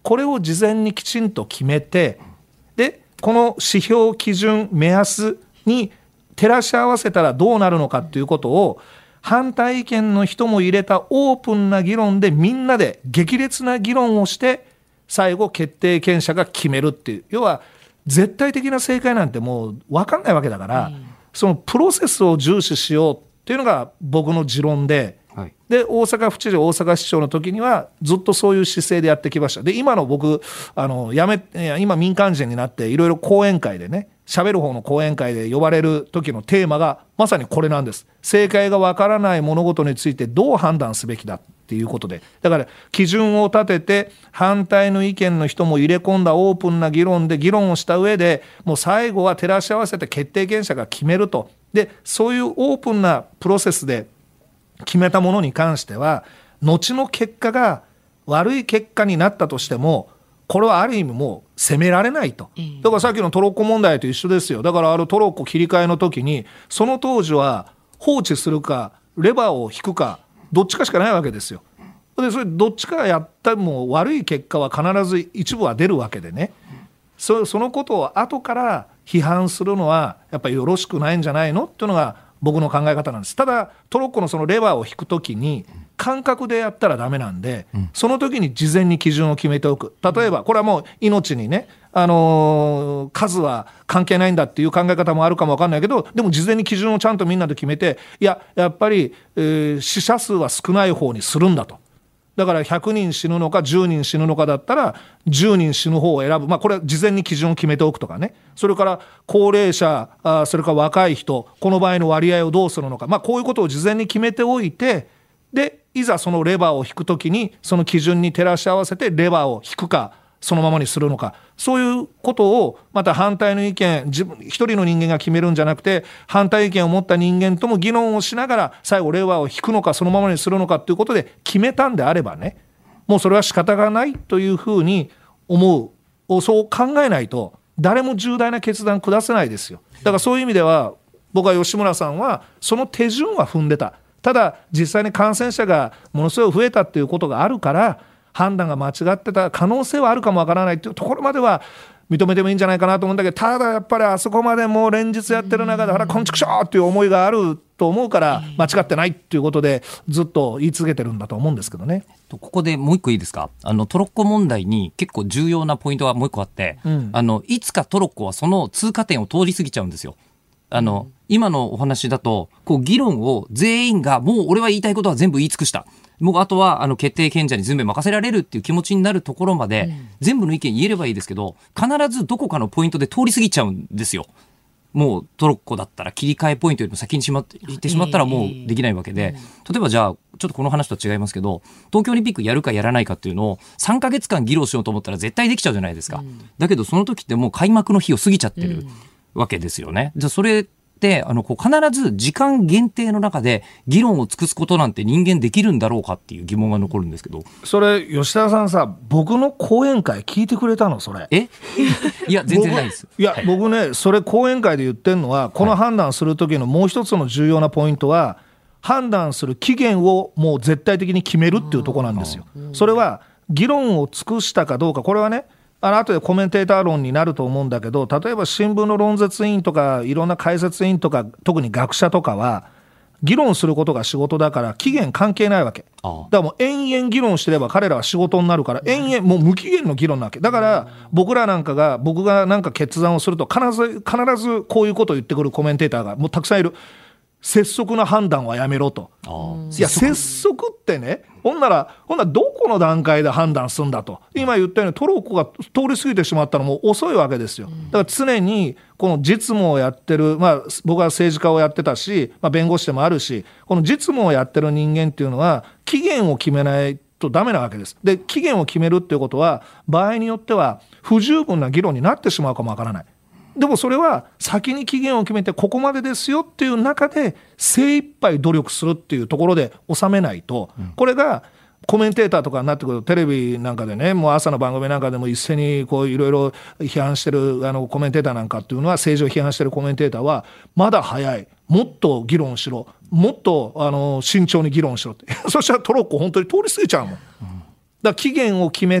これを事前にきちんと決めて、でこの指標基準目安に照らし合わせたらどうなるのかっていうことを反対意見の人も入れたオープンな議論でみんなで激烈な議論をして最後決定権者が決めるっていう、要は絶対的な正解なんてもう分かんないわけだから、うん、そのプロセスを重視しようっていうのが僕の持論で、はい、で大阪府知事大阪市長の時にはずっとそういう姿勢でやってきました。で今の僕あのやめ今民間人になっていろいろ講演会でね喋る方の講演会で呼ばれる時のテーマがまさにこれなんです。正解がわからない物事についてどう判断すべきだっていうことで、だから基準を立てて反対の意見の人も入れ込んだオープンな議論で議論をした上でもう最後は照らし合わせて決定権者が決めると。でそういうオープンなプロセスで決めたものに関しては後の結果が悪い結果になったとしてもこれはある意味もう責められないと。だからさっきのトロッコ問題と一緒ですよ。だからあのトロッコ切り替えの時にその当時は放置するかレバーを引くかどっちかしかないわけですよ。でそれどっちかやったらもう悪い結果は必ず一部は出るわけでね、そ, そのことを後から批判するのはやっぱりよろしくないんじゃないのっていうのが僕の考え方なんです。ただトロッコのそのレバーを引くときに感覚でやったらダメなんで、うん、その時に事前に基準を決めておく。例えばこれはもう命にね、あのー、数は関係ないんだっていう考え方もあるかも分かんないけど、でも事前に基準をちゃんとみんなで決めて、いややっぱり、えー、死者数は少ない方にするんだと。だからひゃくにん死ぬのかじゅうにん死ぬのかだったらじゅうにん死ぬ方を選ぶ、まあ、これは事前に基準を決めておくとかね。それから高齢者、あそれから若い人、この場合の割合をどうするのか、まあ、こういうことを事前に決めておいて、でいざそのレバーを引くときにその基準に照らし合わせてレバーを引くかそのままにするのか、そういうことをまた反対の意見、自分一人の人間が決めるんじゃなくて反対意見を持った人間とも議論をしながら最後レバーを引くのかそのままにするのかということで決めたんであればね、もうそれは仕方がないというふうに思う、そう考えないと誰も重大な決断下せないですよ。だからそういう意味では僕は吉村さんはその手順は踏んでた。ただ実際に感染者がものすごい増えたっていうことがあるから判断が間違ってた可能性はあるかもわからないというところまでは認めてもいいんじゃないかなと思うんだけど、ただやっぱりあそこまでもう連日やってる中で、あらこんちくしょうっていう思いがあると思うから間違ってないっていうことでずっと言い続けてるんだと思うんですけどね。 ここでもう一個いいですか。あのトロッコ問題に結構重要なポイントがもう一個あって、うん、あのいつかトロッコはその通過点を通り過ぎちゃうんですよ。あの今のお話だとこう議論を全員がもう俺は言いたいことは全部言い尽くした、もうあとはあの決定権者に全部任せられるっていう気持ちになるところまで、うん、全部の意見言えればいいですけど必ずどこかのポイントで通り過ぎちゃうんですよ。もうトロッコだったら切り替えポイントよりも先にしまって行ってしまったらもうできないわけで、えー、例えばじゃあちょっとこの話とは違いますけど東京オリンピックやるかやらないかっていうのをさんかげつかん議論しようと思ったら絶対できちゃうじゃないですか、うん、だけどその時ってもう開幕の日を過ぎちゃってるわけですよね、うん、じゃあそれであのこう必ず時間限定の中で議論を尽くすことなんて人間できるんだろうかっていう疑問が残るんですけど、 それ吉田さんさ僕の講演会聞いてくれたのそれ？ えいや全然ないです。 いや、はい、僕ねそれ講演会で言ってるのはこの判断する時のもう一つの重要なポイントは、はい、判断する期限をもう絶対的に決めるっていうところなんですよ。それは議論を尽くしたかどうか、これはねあの後でコメンテーター論になると思うんだけど、例えば新聞の論説委員とかいろんな解説委員とか特に学者とかは議論することが仕事だから期限関係ないわけ。だからもう延々議論してれば彼らは仕事になるから延々もう無期限の議論なわけだから、僕らなんかが僕がなんか決断をすると必ず必ずこういうことを言ってくるコメンテーターがもうたくさんいる。拙速な判断はやめろと。いや拙速ってね、ほんならほんならどこの段階で判断するんだと。今言ったようにトロッコが通り過ぎてしまったのも遅いわけですよ。だから常にこの実務をやってる、まあ、僕は政治家をやってたし、まあ、弁護士でもあるし、この実務をやってる人間っていうのは期限を決めないとダメなわけです。で期限を決めるっていうことは場合によっては不十分な議論になってしまうかもわからない。でもそれは先に期限を決めてここまでですよっていう中で精一杯努力するっていうところで収めないと、これがコメンテーターとかになってくるとテレビなんかでね、もう朝の番組なんかでも一斉にこういろいろ批判してるあのコメンテーターなんかっていうのは、政治を批判してるコメンテーターはまだ早い、もっと議論しろ、もっとあの慎重に議論しろってそしたらトロッコ本当に通り過ぎちゃうもん。だから期限を決めて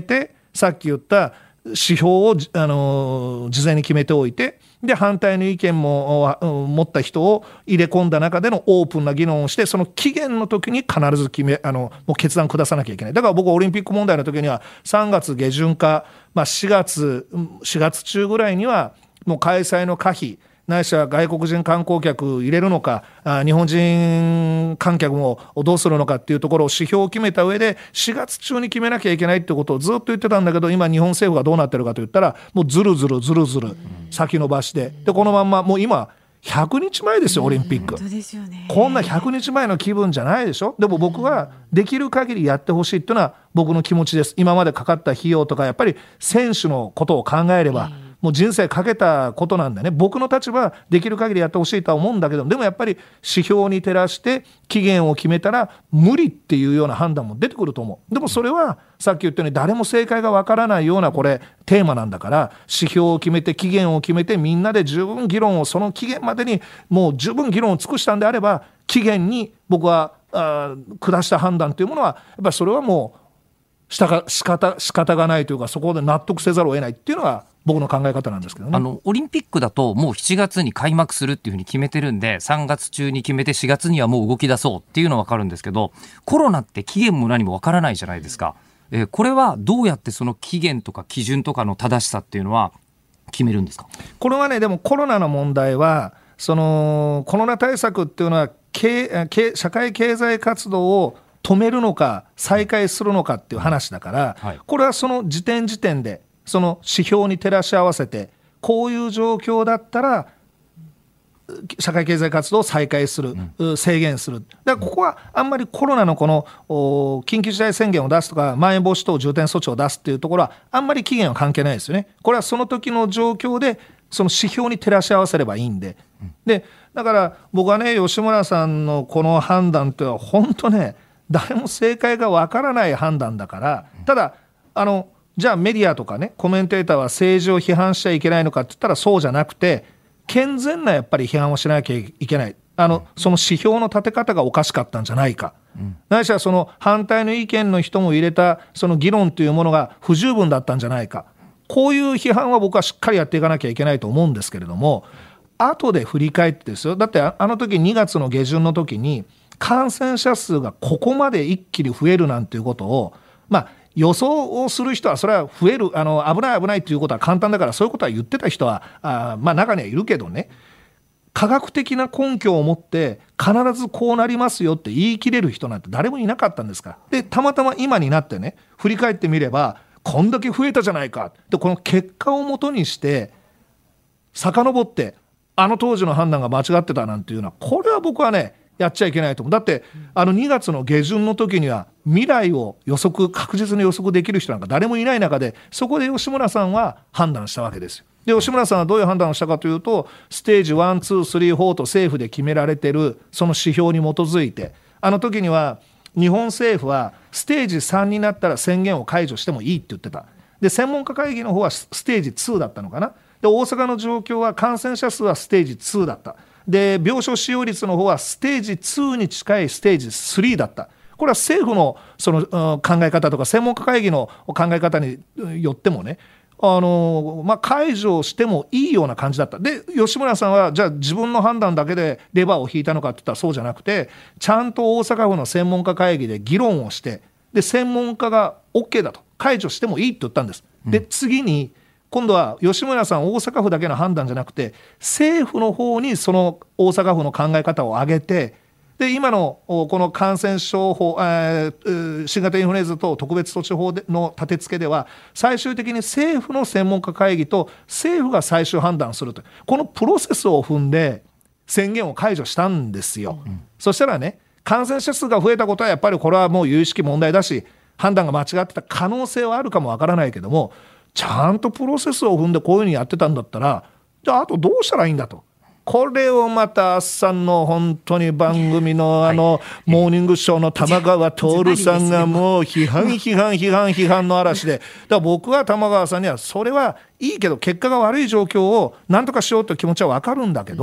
さっき言った指標を、あのー、事前に決めておいて、で反対の意見も持った人を入れ込んだ中でのオープンな議論をして、その期限の時に必ず決めあのもう決断下さなきゃいけない。だから僕はオリンピック問題の時にはさんがつ下旬か、まあ、しがつしがつ中ぐらいにはもう開催の可否ないしは外国人観光客入れるのか、あ日本人観客もどうするのかっていうところを指標を決めた上でしがつ中に決めなきゃいけないってことをずっと言ってたんだけど、今日本政府がどうなってるかといったらもうずるずるずるずる先延ばしで、でこのまんまもう今ひゃくにちまえですよオリンピック。 本当ですよね。 こんなひゃくにちまえの気分じゃないでしょ。でも僕はできる限りやってほしいっていうのは僕の気持ちです。今までかかった費用とかやっぱり選手のことを考えれば、もう人生かけたことなんでね、僕の立場はできる限りやってほしいとは思うんだけど、でもやっぱり指標に照らして期限を決めたら無理っていうような判断も出てくると思う。でもそれはさっき言ったように誰も正解がわからないようなこれテーマなんだから、指標を決めて期限を決めてみんなで十分議論を、その期限までにもう十分議論を尽くしたんであれば、期限に僕はあ下した判断というものはやっぱりそれはもうしたか仕方仕方がないというか、そこで納得せざるを得ないっていうのが僕の考え方なんですけどね。 あのオリンピックだともうしちがつに開幕するっていうふうに決めてるんで、さんがつ中に決めてしがつにはもう動き出そうっていうのは分かるんですけど、コロナって期限も何も分からないじゃないですか。えー、これはどうやってその期限とか基準とかの正しさっていうのは決めるんですか。 これはね、でもコロナの問題はそのコロナ対策っていうのは経社会経済活動を止めるのか再開するのかっていう話だから、はい、これはその時点時点でその指標に照らし合わせて、こういう状況だったら社会経済活動を再開する、うん、制限する。だからここはあんまりコロナのこの緊急事態宣言を出すとかまん延防止等重点措置を出すっていうところはあんまり期限は関係ないですよね。これはその時の状況でその指標に照らし合わせればいいんで、うん、でだから僕はね、吉村さんのこの判断っては本当ね、誰も正解がわからない判断だから、ただあのじゃあメディアとかねコメンテーターは政治を批判しちゃいけないのかって言ったらそうじゃなくて、健全なやっぱり批判をしなきゃいけない。あのその指標の立て方がおかしかったんじゃないか、うん、ないしはその反対の意見の人も入れたその議論というものが不十分だったんじゃないか、こういう批判は僕はしっかりやっていかなきゃいけないと思うんですけれども、後で振り返ってですよ。だってあの時にがつの下旬の時に感染者数がここまで一気に増えるなんていうことを、まあ予想をする人はそれは増える、あの危ない危ないということは簡単だから、そういうことは言ってた人はあ、まあ、中にはいるけどね、科学的な根拠を持って必ずこうなりますよって言い切れる人なんて誰もいなかったんですから。でたまたま今になってね振り返ってみればこんだけ増えたじゃないかで、この結果をもとにして遡ってあの当時の判断が間違ってたなんていうのは、これは僕はねやっちゃいけないと思う。だってあのにがつの下旬の時には未来を予測確実に予測できる人なんか誰もいない中で、そこで吉村さんは判断したわけですよ。で吉村さんはどういう判断をしたかというと、ステージいち、に、さん、よんと政府で決められているその指標に基づいて、あの時には日本政府はステージさんになったら宣言を解除してもいいって言ってた。で専門家会議の方はステージにだったのかな。で大阪の状況は感染者数はステージにだった。で病床使用率の方はステージにに近いステージさんだった。これは政府のその考え方とか専門家会議の考え方によってもね、あのまあ、解除してもいいような感じだった。で吉村さんはじゃあ自分の判断だけでレバーを引いたのかって言ったらそうじゃなくて、ちゃんと大阪府の専門家会議で議論をして、で専門家が OK だと解除してもいいって言ったんです。で次に今度は吉村さん大阪府だけの判断じゃなくて政府の方にその大阪府の考え方を上げて、で今のこの感染症法、えー、新型インフルエンザ等特別措置法の立て付けでは最終的に政府の専門家会議と政府が最終判断すると、このプロセスを踏んで宣言を解除したんですよ、うん、そしたらね感染者数が増えたことはやっぱりこれはもう有識問題だし判断が間違ってた可能性はあるかもわからないけども、ちゃんとプロセスを踏んでこういうふうにやってたんだったら、じゃああとどうしたらいいんだと。これをまたあっさんの本当に番組のあのモーニングショーの玉川徹さんがもう批判批判批判批判の嵐で、だから僕は玉川さんにはそれはいいけど結果が悪い状況を何とかしようという気持ちは分かるんだけど、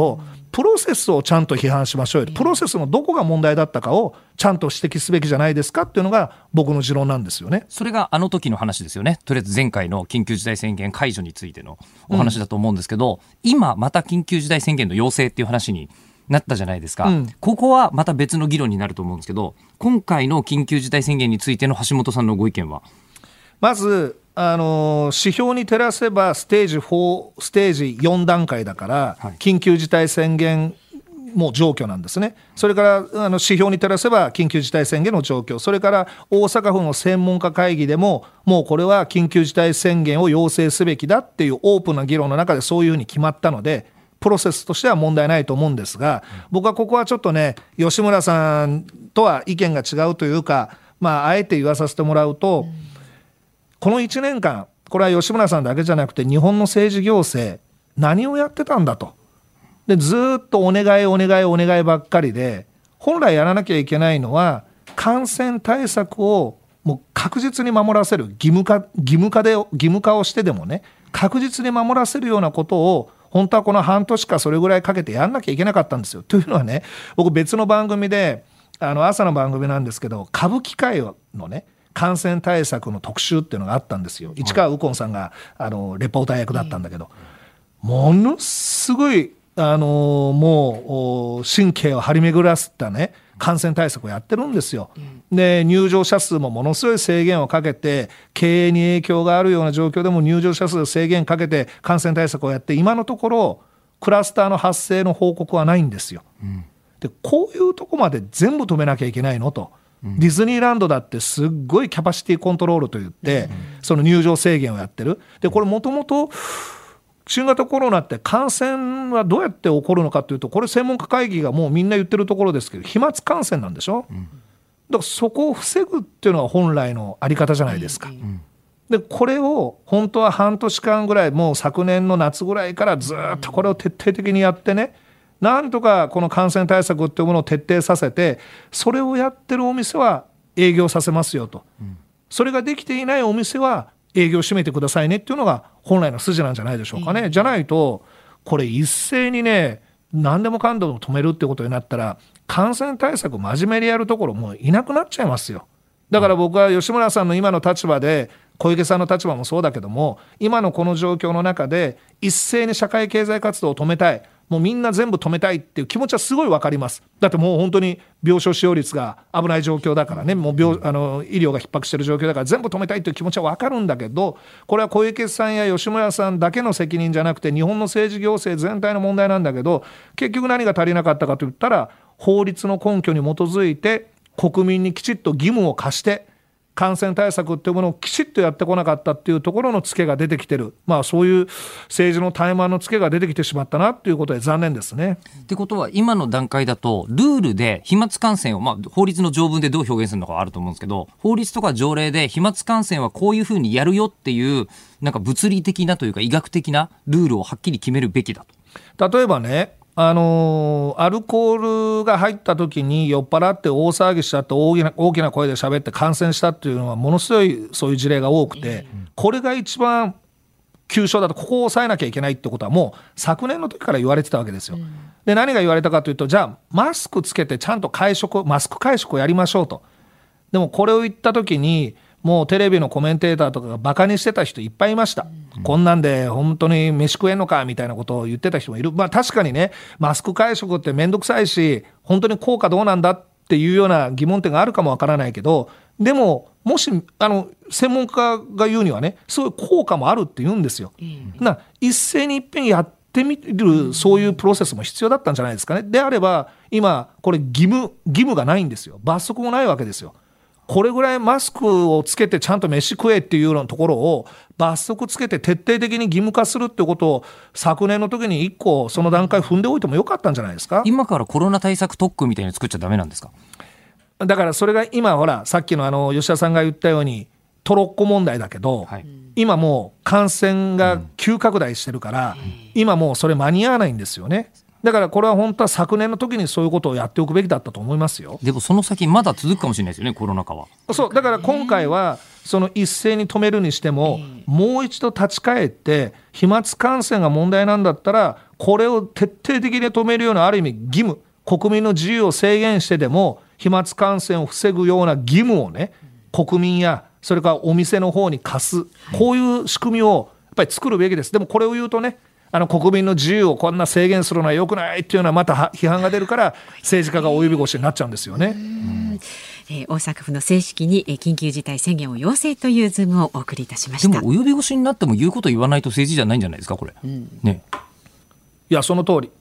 プロセスをちゃんと批判しましょうよ、プロセスのどこが問題だったかをちゃんと指摘すべきじゃないですかっていうのが僕の持論なんですよね。 それがあの時の話ですよね。とりあえず前回の緊急事態宣言解除についてのお話だと思うんですけど、うん、今また緊急事態宣言の要請っていう話になったじゃないですか、うん、ここはまた別の議論になると思うんですけど、今回の緊急事態宣言についての橋本さんのご意見は。 まずあの指標に照らせばステージよん、ステージよん段階だから、はい、緊急事態宣言も状況なんですね。それからあの指標に照らせば緊急事態宣言の状況、それから大阪府の専門家会議でももうこれは緊急事態宣言を要請すべきだっていうオープンな議論の中でそういうふうに決まったので、プロセスとしては問題ないと思うんですが、僕はここはちょっとね、吉村さんとは意見が違うというか、まあ、あえて言わさせてもらうと、このいちねんかん、これは吉村さんだけじゃなくて日本の政治行政何をやってたんだと。でずっとお願いお願いお願いばっかりで、本来やらなきゃいけないのは感染対策をもう確実に守らせる、義務化、義務化で義務化をしてでもね、確実に守らせるようなことを本当はこの半年かそれぐらいかけてやんなきゃいけなかったんですよ。というのはね、僕別の番組であの朝の番組なんですけど、歌舞伎界のね感染対策の特集っていうのがあったんですよ。市川右近さんがあのレポーター役だったんだけど、ものすごいあのもう神経を張り巡らせたね感染対策をやってるんですよ。で入場者数もものすごい制限をかけて、経営に影響があるような状況でも入場者数制限かけて感染対策をやって、今のところクラスターの発生の報告はないんですよ。でこういうとこまで全部止めなきゃいけないのと。ディズニーランドだってすっごいキャパシティコントロールといってその入場制限をやってる。でこれもともと新型コロナって感染はどうやって起こるのかというと、これ専門家会議がもうみんな言ってるところですけど、飛沫感染なんでしょ。だからそこを防ぐっていうのは本来のあり方じゃないですか。でこれを本当は半年間ぐらい、もう昨年の夏ぐらいからずっとこれを徹底的にやってね、なんとかこの感染対策っていうものを徹底させて、それをやってるお店は営業させますよと、うん、それができていないお店は営業閉めてくださいねっていうのが本来の筋なんじゃないでしょうかね、うん、じゃないとこれ一斉にね何でもかんでも止めるってことになったら、感染対策真面目にやるところもういなくなっちゃいますよ。だから僕は吉村さんの今の立場で、小池さんの立場もそうだけども、今のこの状況の中で一斉に社会経済活動を止めたい、もうみんな全部止めたいっていう気持ちはすごい分かります。だってもう本当に病床使用率が危ない状況だからね、もう病あの医療が逼迫している状況だから全部止めたいっていう気持ちは分かるんだけど、これは小池さんや吉村さんだけの責任じゃなくて日本の政治行政全体の問題なんだけど、結局何が足りなかったかといったら、法律の根拠に基づいて国民にきちっと義務を課して感染対策っていうものをきちっとやってこなかったっていうところのツケが出てきてる、まあ、そういう政治の怠慢のツケが出てきてしまったなっていうことで残念ですね。 ってことは今の段階だとルールで飛沫感染を、まあ、法律の条文でどう表現するのかはあると思うんですけど、法律とか条例で飛沫感染はこういうふうにやるよっていうなんか物理的なというか医学的なルールをはっきり決めるべきだと。例えばね、あのー、アルコールが入った時に酔っ払って大騒ぎしちゃって大きな、大きな声で喋って感染したっていうのはものすごいそういう事例が多くて、これが一番急所だと、ここを抑えなきゃいけないってことはもう昨年の時から言われてたわけですよ。で何が言われたかというと、じゃあマスクつけてちゃんと会食、マスク会食をやりましょうと。でもこれを言った時にもうテレビのコメンテーターとかがバカにしてた人いっぱいいました、うん、こんなんで本当に飯食えんのかみたいなことを言ってた人もいる。まあ確かにね、マスク会食ってめんどくさいし本当に効果どうなんだっていうような疑問点があるかもわからないけど、でももしあの専門家が言うにはね、そういう効果もあるって言うんですよ、うん、な一斉にいっぺんやってみる、そういうプロセスも必要だったんじゃないですかね。であれば今これ義務、義務がないんですよ。罰則もないわけですよ。これぐらいマスクをつけてちゃんと飯食えっていうようなところを罰則つけて徹底的に義務化するってことを昨年の時に一個その段階踏んでおいてもよかったんじゃないですか。 今からコロナ対策特区みたいに作っちゃダメなんですか。 だからそれが今ほらさっきのあの吉田さんが言ったようにトロッコ問題だけど、はい、今もう感染が急拡大してるから、うん、今もうそれ間に合わないんですよね。だからこれは本当は昨年の時にそういうことをやっておくべきだったと思いますよ。 でもその先まだ続くかもしれないですよね、コロナ禍は。 そうだから今回はその一斉に止めるにしても、もう一度立ち返って飛沫感染が問題なんだったらこれを徹底的に止めるようなある意味義務、国民の自由を制限してでも飛沫感染を防ぐような義務をね、国民やそれからお店の方に課す、こういう仕組みをやっぱり作るべきです。でもこれを言うとね、あの国民の自由をこんな制限するのは良くないっていうのはまた批判が出るから政治家が及び腰になっちゃうんですよね。 えー、大阪府の正式に緊急事態宣言を要請というズームをお送りいたしました。 でも及び腰になっても言うこと言わないと政治じゃないんじゃないですかこれ、うんね、 いやその通り。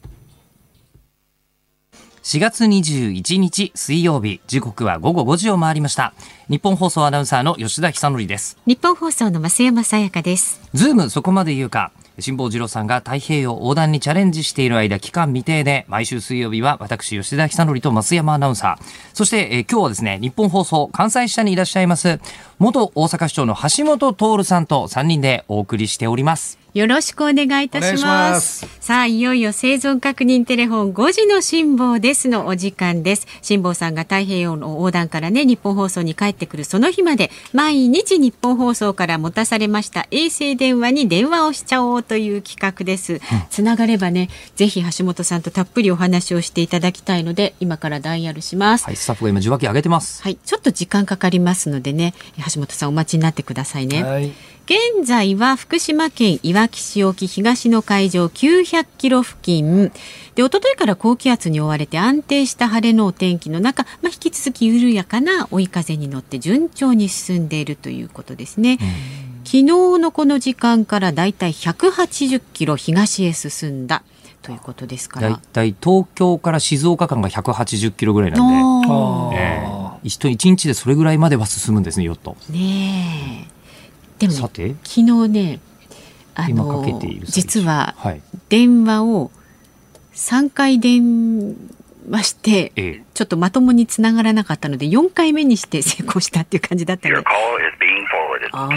しがつにじゅういちにち水曜日、時刻はごごごじを回りました。日本放送アナウンサーの吉田久典です。 日本放送の増山さやかです。 ズームそこまで言うか、辛坊治郎さんが太平洋横断にチャレンジしている間、期間未定で毎週水曜日は私吉田久典と増山アナウンサー、そして、えー、今日はですね、日本放送関西支社にいらっしゃいます元大阪市長の橋本徹さんとさんにんでお送りしております。 よろしくお願いいたします。さあ、いよいよ生存確認テレフォンごじの辛坊ですのお時間です。辛坊さんが太平洋の横断からね、日本放送に帰ってくるその日まで毎日日本放送から持たされました衛星電話に電話をしちゃおうという企画です。つながればね、ぜひ橋本さんとたっぷりお話をしていただきたいので今からダイヤルします。 はい、スタッフが今受話器上げてます。 はい、ちょっと時間かかりますのでね、橋本さんお待ちになってくださいね。はい、現在は福島県いわき市沖東の海上きゅうひゃくキロ付近で、一昨日から高気圧に覆われて安定した晴れのお天気の中、まあ、引き続き緩やかな追い風に乗って順調に進んでいるということですね。昨日のこの時間からだいたいひゃくはちじゅっキロ東へ進んだということですから、だいたい東京から静岡間がひゃくはちじゅっキロぐらいなんで、えー、一日でそれぐらいまでは進むんですね、ヨットね。 でも、ね、 さて昨日ね、あの実は電話をさんかい電話して、ええ、ちょっとまともにつながらなかったのでよんかいめにして成功したっていう感じだったので、Oh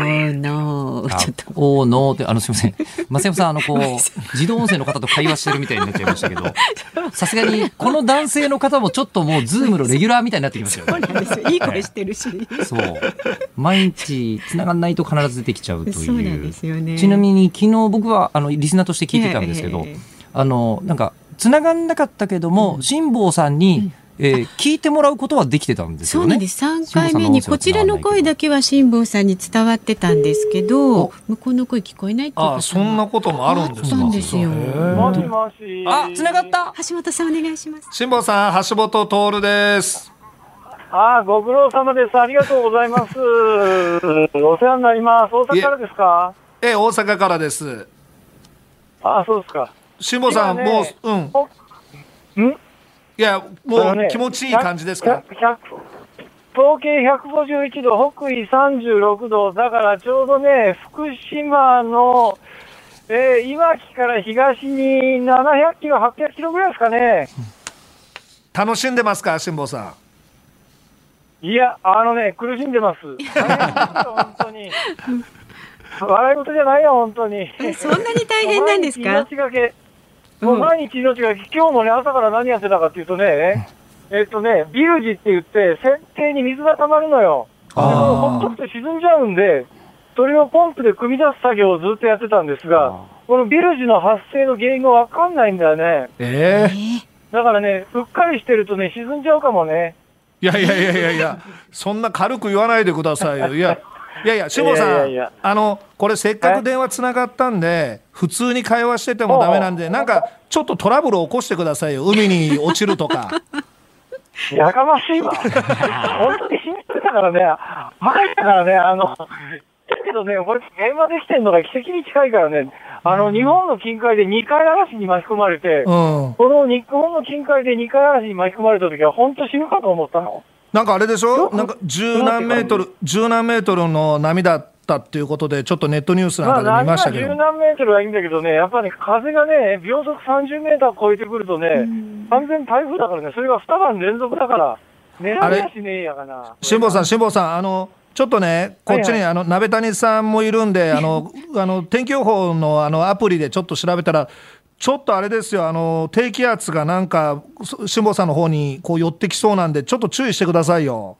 no ちょっと Oh no ってあのすみません、増山さん、あのこう自動音声の方と会話してるみたいになっちゃいましたけど、さすがにこの男性の方もちょっともうズームのレギュラーみたいになってきましたよね。 そうなんですよ、いい声してるし、 そう毎日つながんないと必ず出てきちゃうという。 そうなんですよね。 ちなみに昨日僕はあのリスナーとして聞いてたんですけど、えー、あのなんかつながんなかったけども、うん、辛坊さんに、うんえー、聞いてもらうことはできてたんですよね。 そうなんです。さんかいめにこちらの声だけは辛坊さんに伝わってたんですけど、向こうの声聞こえないっていうこと。 あ、そんなこともあるんですか。 あったんですよ。 もしもし。 あ、つながった。 橋本さんお願いします。 辛坊さん、橋本徹です。 あ、ご苦労様です。ありがとうございます。お世話になります。大阪からですか。 ええ、大阪からです。 あ、そうですか。 辛坊さん、ね、もううんんいやもう気持ちいい感じですか。 東経ひゃくごじゅういちど、北緯さんじゅうろくどだからちょうどね、福島の、えー、いわきから東にななひゃくキロはっぴゃくキロぐらいですかね。 楽しんでますか、辛坊さん。いや、あのね、苦しんでます。本当に笑い事じゃないよ、本当に。 そんなに大変なんですか。 命がけもう毎日命がけ、今日もね、朝から何やってたかっていうとね、えっとね、ビルジって言って、船底に水が溜まるのよ。ほっとくと沈んじゃうんで、それをポンプで汲み出す作業をずっとやってたんですが、このビルジの発生の原因がわかんないんだよね。 えー、 だからね、うっかりしてるとね、沈んじゃうかもね。 いやいやいやいやいや、そんな軽く言わないでくださいよ。いやいやいや、辛坊さん、いやいやいや、あのこれせっかく電話つながったんで、普通に会話しててもダメなんで、なんかちょっとトラブル起こしてくださいよ。海に落ちるとか。 やかましいわ。本当に信じてたからね、前だからね、あのだけどね、これ電話できてるのが奇跡に近いからね、あの日本の近海でにかい嵐に巻き込まれて、うん、この日本の近海でにかい嵐に巻き込まれた時は本当死ぬかと思ったの。 なんかあれでしょ、なんか十何メートル、十何メートルの波だったっていうことで、ちょっとネットニュースなんかで見ましたけど、 まあ、十何メートルはいいんだけどね、やっぱり、ね、風がね、秒速さんじゅうメーター超えてくるとね、完全台風だからね、それがにばん連続だから、狙いやしねえやかな。 辛坊さん、辛坊さん、あのちょっとね、こっちに、はいはい、あの鍋谷さんもいるんで、あのあの天気予報のあのアプリでちょっと調べたら、ちょっとあれですよ、あの低気圧がなんか辛坊さんの方にこう寄ってきそうなんで、ちょっと注意してくださいよ。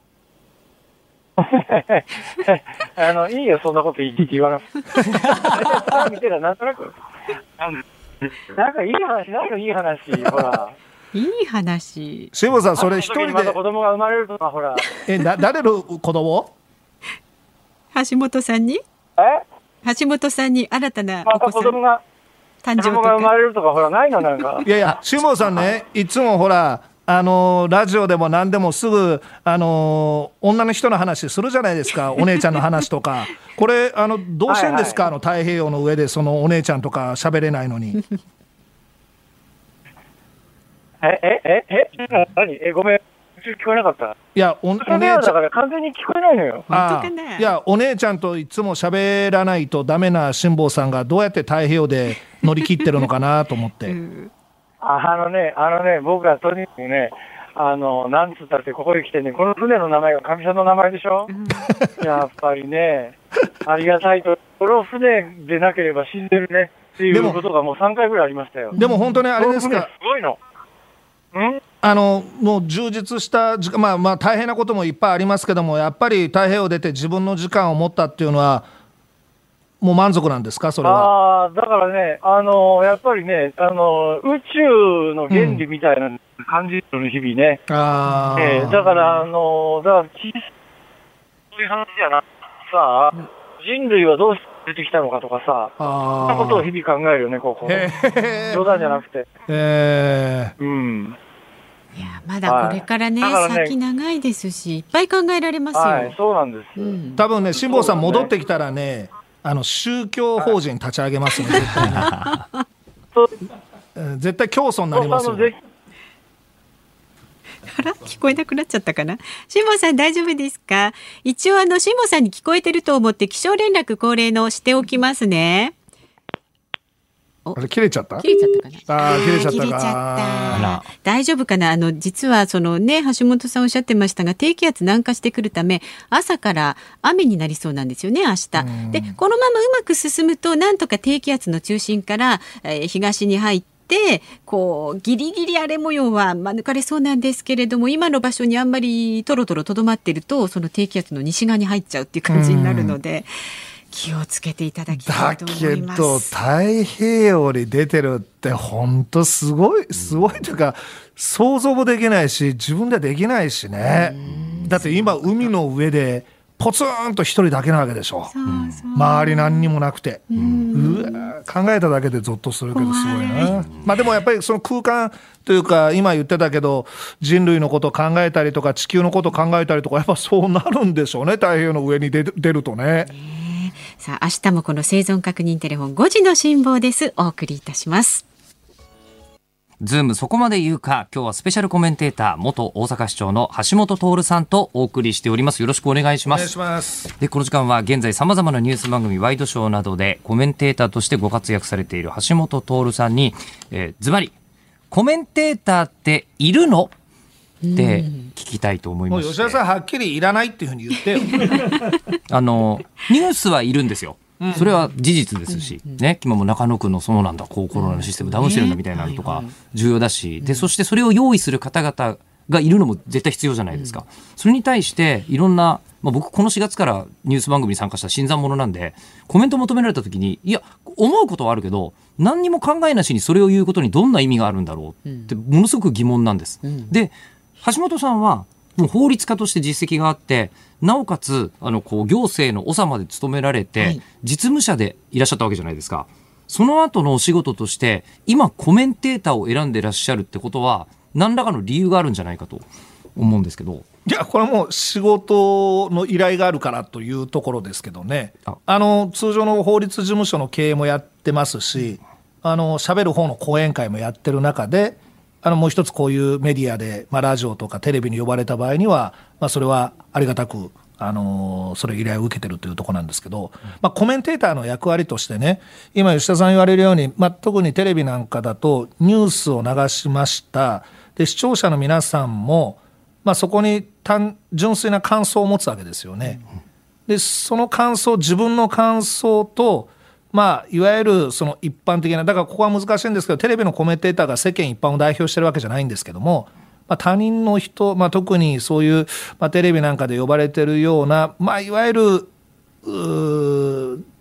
あのいいよ、そんなこといちいち言わなくて。見てたらなんとなくなんかいい話ないの、いい話。ほら。 いい話。 辛坊さん、それ一人で。 また子供が生まれるとか、ほら。 え、な、誰の子供？ 橋本さんに？ え？ 橋本さんに新たなお子さん。また子供が。 誕生とか。 子供が生まれるとか、ほら、ないのなんか。 いやいや、辛坊さんね、いつもほら、あのー、ラジオでも何でもすぐ、あのー、女の人の話するじゃないですか、お姉ちゃんの話とか。これ、あの、どうしてんですか、はいはい、あの太平洋の上で、そのお姉ちゃんとか喋れないのに。 え、え、え、え、何え、ごめん。聞こえなかった。 いや、お、お姉ちゃん。 だから完全に聞こえないのよ。 ああ、いや、お姉ちゃんといつも喋らないとダメな辛坊さんがどうやって太平洋で乗り切ってるのかなと思って。うん、 あのね、あのね、僕はとにかくね、あの、なんつったってここに来てね、この船の名前がかみさんの名前でしょ、うん、やっぱりね、ありがたいと、この船でなければ死んでるねっていうことがもうさんかいぐらいありましたよ。 でも本当にあれですか。 すごいの。んあのもう充実した時間、まあまあ大変なこともいっぱいありますけども、やっぱり太平洋出て自分の時間を持ったっていうのはもう満足なんですか、それは。 ああ、だからね、あのやっぱりね、あの宇宙の原理みたいな感じの日々ね。 うん、あえー、だからあのだからそういう話じゃなくてさ、人類はどうして出てきたのかとかさ、そんなことを日々考えるよね、ここ。冗談じゃなくて。 えー、 うん。 いや、まだこれから ね,、はい、ね先長いですし、いっぱい考えられますよ。 はい、そうなんです。 うん、多分ね、辛坊さん戻ってきたらね、あの宗教法人立ち上げますね、はい、絶対ね。絶対教祖になりますよ。 あら、聞こえなくなっちゃったかな。辛坊さん大丈夫ですか？一応あの辛坊さんに聞こえてると思って気象連絡恒例のしておきますね。 あれ切れちゃった？ 切れちゃったかな。 あー、切れちゃったか。 切れちゃった。大丈夫かな。あの実はそのね、橋本さんおっしゃってましたが、低気圧南下してくるため朝から雨になりそうなんですよね、明日。でこのままうまく進むとなんとか低気圧の中心から、えー、東に入ってでこうギリギリ荒れ模様は免れそうなんですけれども、今の場所にあんまりトロトロとどまっているとその低気圧の西側に入っちゃうっていう感じになるので、気をつけていただきたいと思います。 だけど太平洋に出てるって本当すごいすごいというか、想像もできないし自分ではできないしね。だって今海の上でポツンと一人だけなわけでしょ。そうそう、周り何にもなくて、ううわ考えただけでゾッとするけどすごいな。まあでもやっぱりその空間というか、今言ってたけど人類のことを考えたりとか地球のことを考えたりとか、やっぱそうなるんでしょうね、太平洋の上に出る、出るとね。 ね、さあ明日もこの生存確認テレフォンごじの辛抱です。お送りいたします。 ズームそこまで言うか。今日はスペシャルコメンテーター元大阪市長の橋本徹さんとお送りしております。よろしくお願いします。 お願いします。 でこの時間は現在さまざまなニュース番組ワイドショーなどでコメンテーターとしてご活躍されている橋本徹さんに、えー、ズバリコメンテーターっているのって聞きたいと思いまして、 もう吉田さんはっきりいらないっていうふうに言ってよあのニュースはいるんですよ。それは事実ですし、ね、今も中野区のそうなんだ、こうコロナのシステムダウンしてるんだみたいなのとか重要だし、でそしてそれを用意する方々がいるのも絶対必要じゃないですか。それに対していろんな、まあ、僕このしがつからニュース番組に参加した新参者なんで、コメント求められた時に、いや思うことはあるけど何にも考えなしにそれを言うことにどんな意味があるんだろうってものすごく疑問なんです。で橋本さんはもう法律家として実績があって、なおかつあのこう行政の長まで務められて、はい、実務者でいらっしゃったわけじゃないですか。その後のお仕事として今コメンテーターを選んでいらっしゃるってことは何らかの理由があるんじゃないかと思うんですけど。 いやこれはもう仕事の依頼があるからというところですけどね。ああの通常の法律事務所の経営もやってますし、あの喋る方の講演会もやってる中で、あのもう一つこういうメディアで、まあ、ラジオとかテレビに呼ばれた場合には、まあ、それはありがたく、あのー、それ依頼を受けてるというところなんですけど、まあ、コメンテーターの役割としてね、今吉田さん言われるように、まあ、特にテレビなんかだとニュースを流しました。で視聴者の皆さんも、まあ、そこに単純粋な感想を持つわけですよね。でその感想、自分の感想と、まあ、いわゆるその一般的な、だからここは難しいんですけど、テレビのコメンテーターが世間一般を代表してるわけじゃないんですけども、まあ、他人の人、まあ、特にそういう、まあ、テレビなんかで呼ばれてるような、まあ、いわゆる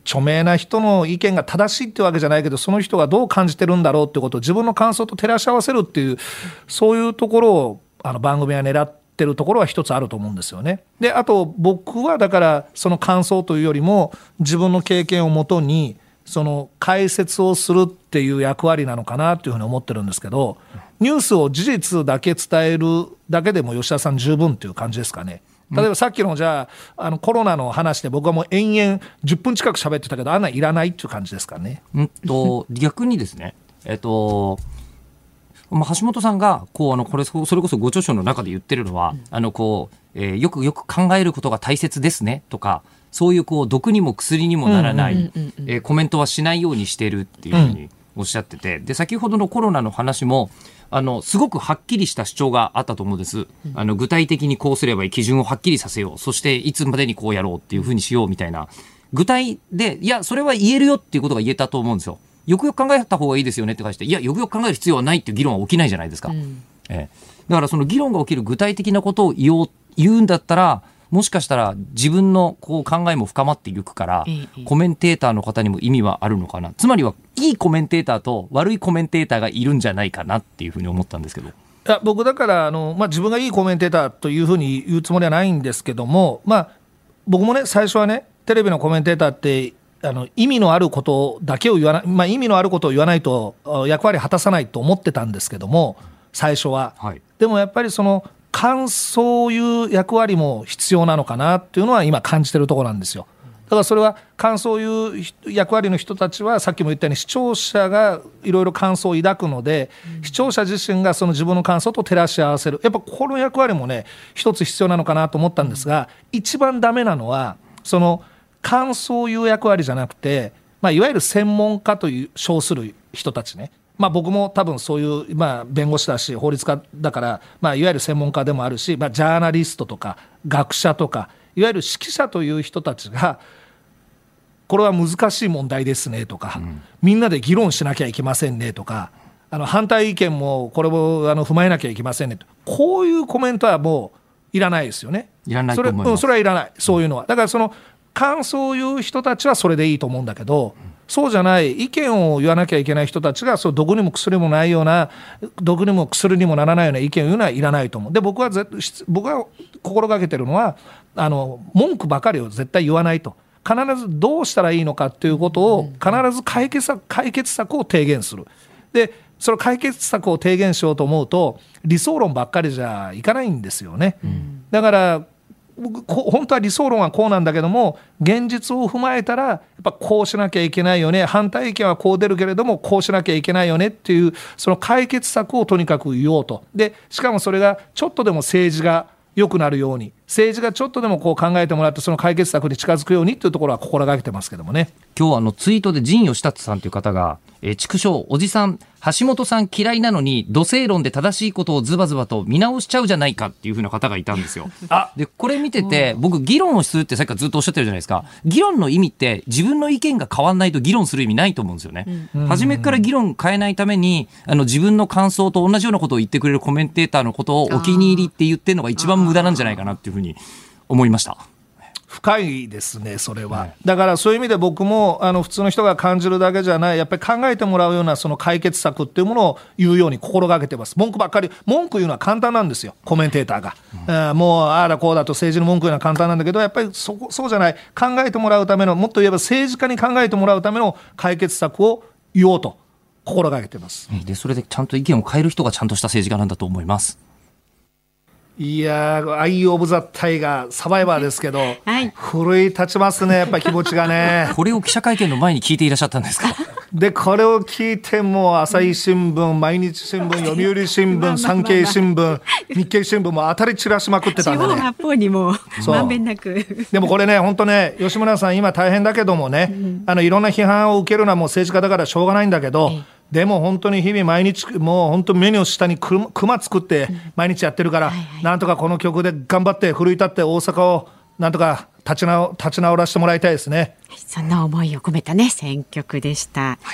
著名な人の意見が正しいってわけじゃないけど、その人がどう感じてるんだろうってことを自分の感想と照らし合わせるっていう、そういうところをあの番組は狙ってるところは一つあると思うんですよね。であと僕はだからその感想というよりも自分の経験をもとにその解説をするっていう役割なのかなというふうに思ってるんですけど、ニュースを事実だけ伝えるだけでも吉田さん十分っていう感じですかね。例えばさっきのじゃあ、あのコロナの話で僕はもう延々じゅっぷん近く喋ってたけど、あんなんいらないっていう感じですかね。 うんと逆にですね、えっとまあ、橋本さんがこうあのこれそれこそご著書の中で言ってるのは、うん、あのこう、えー、よくよく考えることが大切ですねとか、そういうこう毒にも薬にもならない、えー、コメントはしないようにしてるっていうふうにおっしゃってて、で先ほどのコロナの話もあのすごくはっきりした主張があったと思うんです。あの具体的にこうすればいい、基準をはっきりさせよう、そしていつまでにこうやろうっていうふうにしようみたいな具体で、いやそれは言えるよっていうことが言えたと思うんですよ。よくよく考えた方がいいですよねって返して、いやよくよく考える必要はないっていう議論は起きないじゃないですか、うんええ、だからその議論が起きる具体的なことを言おう言うんだったら、もしかしたら自分のこう考えも深まっていくから、ええ、コメンテーターの方にも意味はあるのかな、つまりはいいコメンテーターと悪いコメンテーターがいるんじゃないかなっていうふうに思ったんですけど。いや僕だからあの、まあ、自分がいいコメンテーターというふうに言うつもりはないんですけども、まあ、僕もね最初はねテレビのコメンテーターってあの意味のあることだけを言わない、まあ、意味のあることを言わないと役割果たさないと思ってたんですけども最初は、はい、でもやっぱりその感想を言う役割も必要なのかなっていうのは今感じてるところなんですよ。だからそれは感想を言う役割の人たちはさっきも言ったように視聴者がいろいろ感想を抱くので、うん、視聴者自身がその自分の感想と照らし合わせる、やっぱこの役割もね一つ必要なのかなと思ったんですが、一番ダメなのはその感想を言う役割じゃなくて、まあ、いわゆる専門家という称する人たちね、まあ、僕も多分そういう、まあ、弁護士だし法律家だから、まあ、いわゆる専門家でもあるし、まあ、ジャーナリストとか学者とかいわゆる識者という人たちがこれは難しい問題ですねとか、うん、みんなで議論しなきゃいけませんねとか、あの反対意見もこれをあの踏まえなきゃいけませんねと、こういうコメントはもういらないですよね。 いらないと思います。 それ、うん、それはいらない、そういうのは。だからその感想を言う人たちはそれでいいと思うんだけど、そうじゃない意見を言わなきゃいけない人たちがそう毒にも薬もないような、毒にも薬にもならないような意見を言うのはいらないと思う。で僕はぜ僕は心がけてるのはあの文句ばかりを絶対言わないと、必ずどうしたらいいのかということを必ず解決策、解決策を提言する。でその解決策を提言しようと思うと理想論ばっかりじゃいかないんですよね、うん、だから本当は理想論はこうなんだけども現実を踏まえたらやっぱこうしなきゃいけないよね、反対意見はこう出るけれどもこうしなきゃいけないよねっていうその解決策をとにかく言おうと。でしかもそれがちょっとでも政治が良くなるように、政治がちょっとでもこう考えてもらってその解決策に近づくようにというところは心がけてますけどもね。 今日はあのツイートで陣義達さんという方が、えー、畜生おじさん橋本さん嫌いなのに土星論で正しいことをズバズバと見直しちゃうじゃないかっていう風な方がいたんですよ。あでこれ見てて僕議論をするってさっきからずっとおっしゃってるじゃないですか。議論の意味って自分の意見が変わんないと議論する意味ないと思うんですよね、うん、初めから議論変えないためにあの自分の感想と同じようなことを言ってくれるコメンテーターのことをお気に入りって言ってるのが一番無駄なんじゃないかなっていう風に思いました。 深いですねそれは、はい、だからそういう意味で僕もあの普通の人が感じるだけじゃない、やっぱり考えてもらうようなその解決策っていうものを言うように心がけてます。文句ばっかり文句言うのは簡単なんですよコメンテーターが、うん、あもうああだこうだと政治の文句言うのは簡単なんだけど、やっぱり そ, そうじゃない、考えてもらうための、もっと言えば政治家に考えてもらうための解決策を言おうと心がけてます。 でそれでちゃんと意見を変える人がちゃんとした政治家なんだと思います。 いやーアイ・オブ・ザ・タイガーサバイバーですけど、はい、奮い立ちますねやっぱり気持ちがねこれを記者会見の前に聞いていらっしゃったんですか。 でこれを聞いても朝日新聞、毎日新聞、読売新聞、産経新聞、日経新聞も当たり散らしまくってたんでね、 四方八方にもまんべんなく。 でもこれね本当ね吉村さん今大変だけどもね、うん、あのいろんな批判を受けるのはもう政治家だからしょうがないんだけど、えでも本当に日々毎日もう本当目の下にクマ作って毎日やってるから、うんはいはい、なんとかこの曲で頑張って奮い立って大阪をなんとか立ち直、立ち直らせてもらいたいですね。 そんな思いを込めたね選曲でした、はい。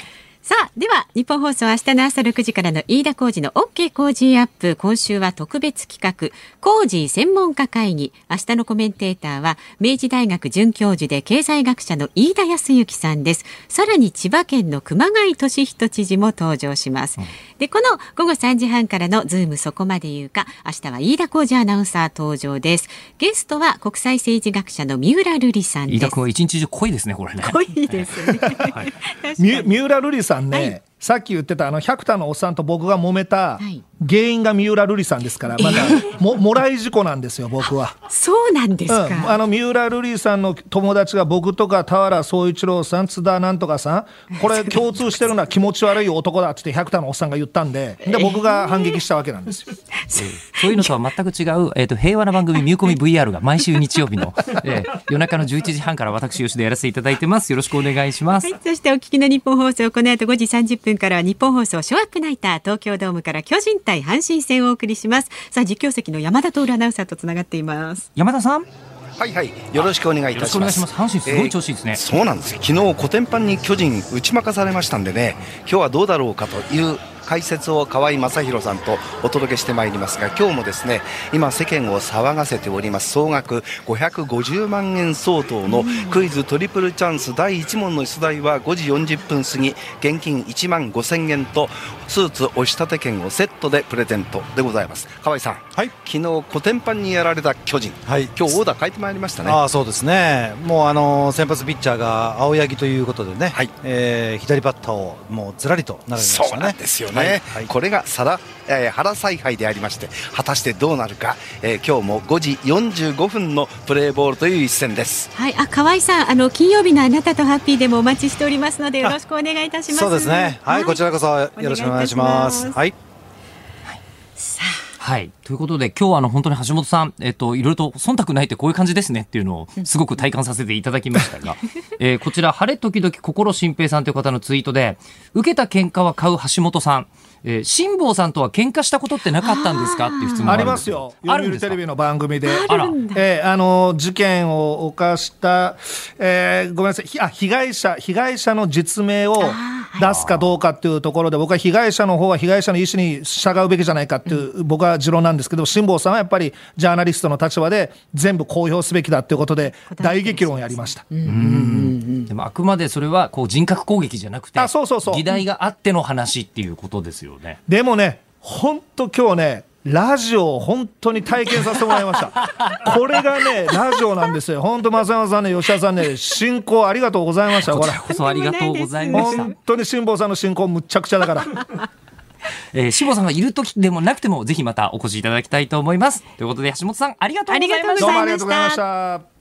さあ、では日本放送明日の朝ろくじからの飯田浩司の OK 工事アップ、今週は特別企画工事専門家会議。明日のコメンテーターは明治大学准教授で経済学者の飯田康之さんです。さらに千葉県の熊谷俊人知事も登場します、うん、でこの午後さんじはんからのズームそこまで言うか、明日は飯田浩司アナウンサー登場です。ゲストは国際政治学者の三浦瑠麗さんです。 飯田君は一日中濃いですね、これね。 濃いですね、はい、 三浦瑠麗さんね、はい、さっき言ってたあの百田のおっさんと僕が揉めた原因が三浦瑠麗さんですから、まだももらい事故なんですよ僕は。 そうなんですか、 うん、あの三浦瑠麗さんの友達が僕とか田原総一郎さん、津田なんとかさん、これ共通してるのは気持ち悪い男だって百田のおっさんが言ったんで、で僕が反撃したわけなんですよ、 えー、そういうのとは全く違う、えー、と平和な番組ミューコミ ブイアール が毎週日曜日の、えー、夜中のじゅういちじはんから私吉田やらせていただいてます。よろしくお願いします、 はい、そしてお聞きの日本放送、この後ごじさんじゅっぷんからは日本放送ショーアップナイター、東京ドームから巨人対阪神戦をお送りします。さあ、実況席の山田徹アナウンサーとつながっています。 山田さん、 はいはい、よろしくお願いいたします。 阪神すごい調子いいですね、 えー、そうなんです。昨日コテンパンに巨人打ち負かされましたんでね、今日はどうだろうかという解説を河合正弘さんとお届けしてまいりますが、今日もですね、今世間を騒がせております総額ごひゃくごじゅうまんえん相当のクイズトリプルチャンスだいいち問の出題はごじよんじゅっぷん過ぎ、現金いちまんごせんえんとスーツ押し立て券をセットでプレゼントでございます。河合さん、はい、昨日コテンパンにやられた巨人、はい、今日オーダー変えてまいりましたね。 ああ、そうですね。もうあの先発ピッチャーが青柳ということでね、はい、えー、左バッターをもうずらりと並べましたね。 そうなんですよね、はいはい、これが原、えー、原采配でありまして、果たしてどうなるか、えー、今日もごじよんじゅうごふんのプレーボールという一戦です。 はい、あ、河合さん、あの金曜日のあなたとハッピーでもお待ちしておりますのでよろしくお願いいたします。 そうですね、はい、はい、こちらこそよろしくお願いします。はい、 さあ、はい、ということで今日はあの本当に橋本さん、えっと、いろいろと忖度ないってこういう感じですねっていうのをすごく体感させていただきましたが、えー、こちら晴れ時々心新平さんという方のツイートで、受けた喧嘩は買う橋本さん、えー、辛坊さんとは喧嘩したことってなかったんですかっていう質問があるんですよ。 ありますよ、読売テレビの番組で。 あら、 えー、あの事件を犯した、えー、ごめんなさい、あ、被害者被害者の実名を出すかどうかっていうところで、僕は被害者の方は被害者の意思に従うべきじゃないかっていう、うん、僕は持論なんですけど、辛坊さんはやっぱりジャーナリストの立場で全部公表すべきだということで大激論をやりました。 うんうんうん、でもあくまでそれはこう人格攻撃じゃなくて、あ、そうそうそう、議題があっての話っていうことですよね。 でもね、本当今日ね、ラジオを本当に体験させてもらいましたこれがねラジオなんですよ。本当増山さんね、吉田さんね、進行ありがとうございました。 こちらこそありがとうございました。 本当に辛坊さんの進行むっちゃくちゃだからえー、辛坊さんがいる時でもなくてもぜひまたお越しいただきたいと思います。ということで橋本さん、ありがとうございました。 どうもありがとうございました。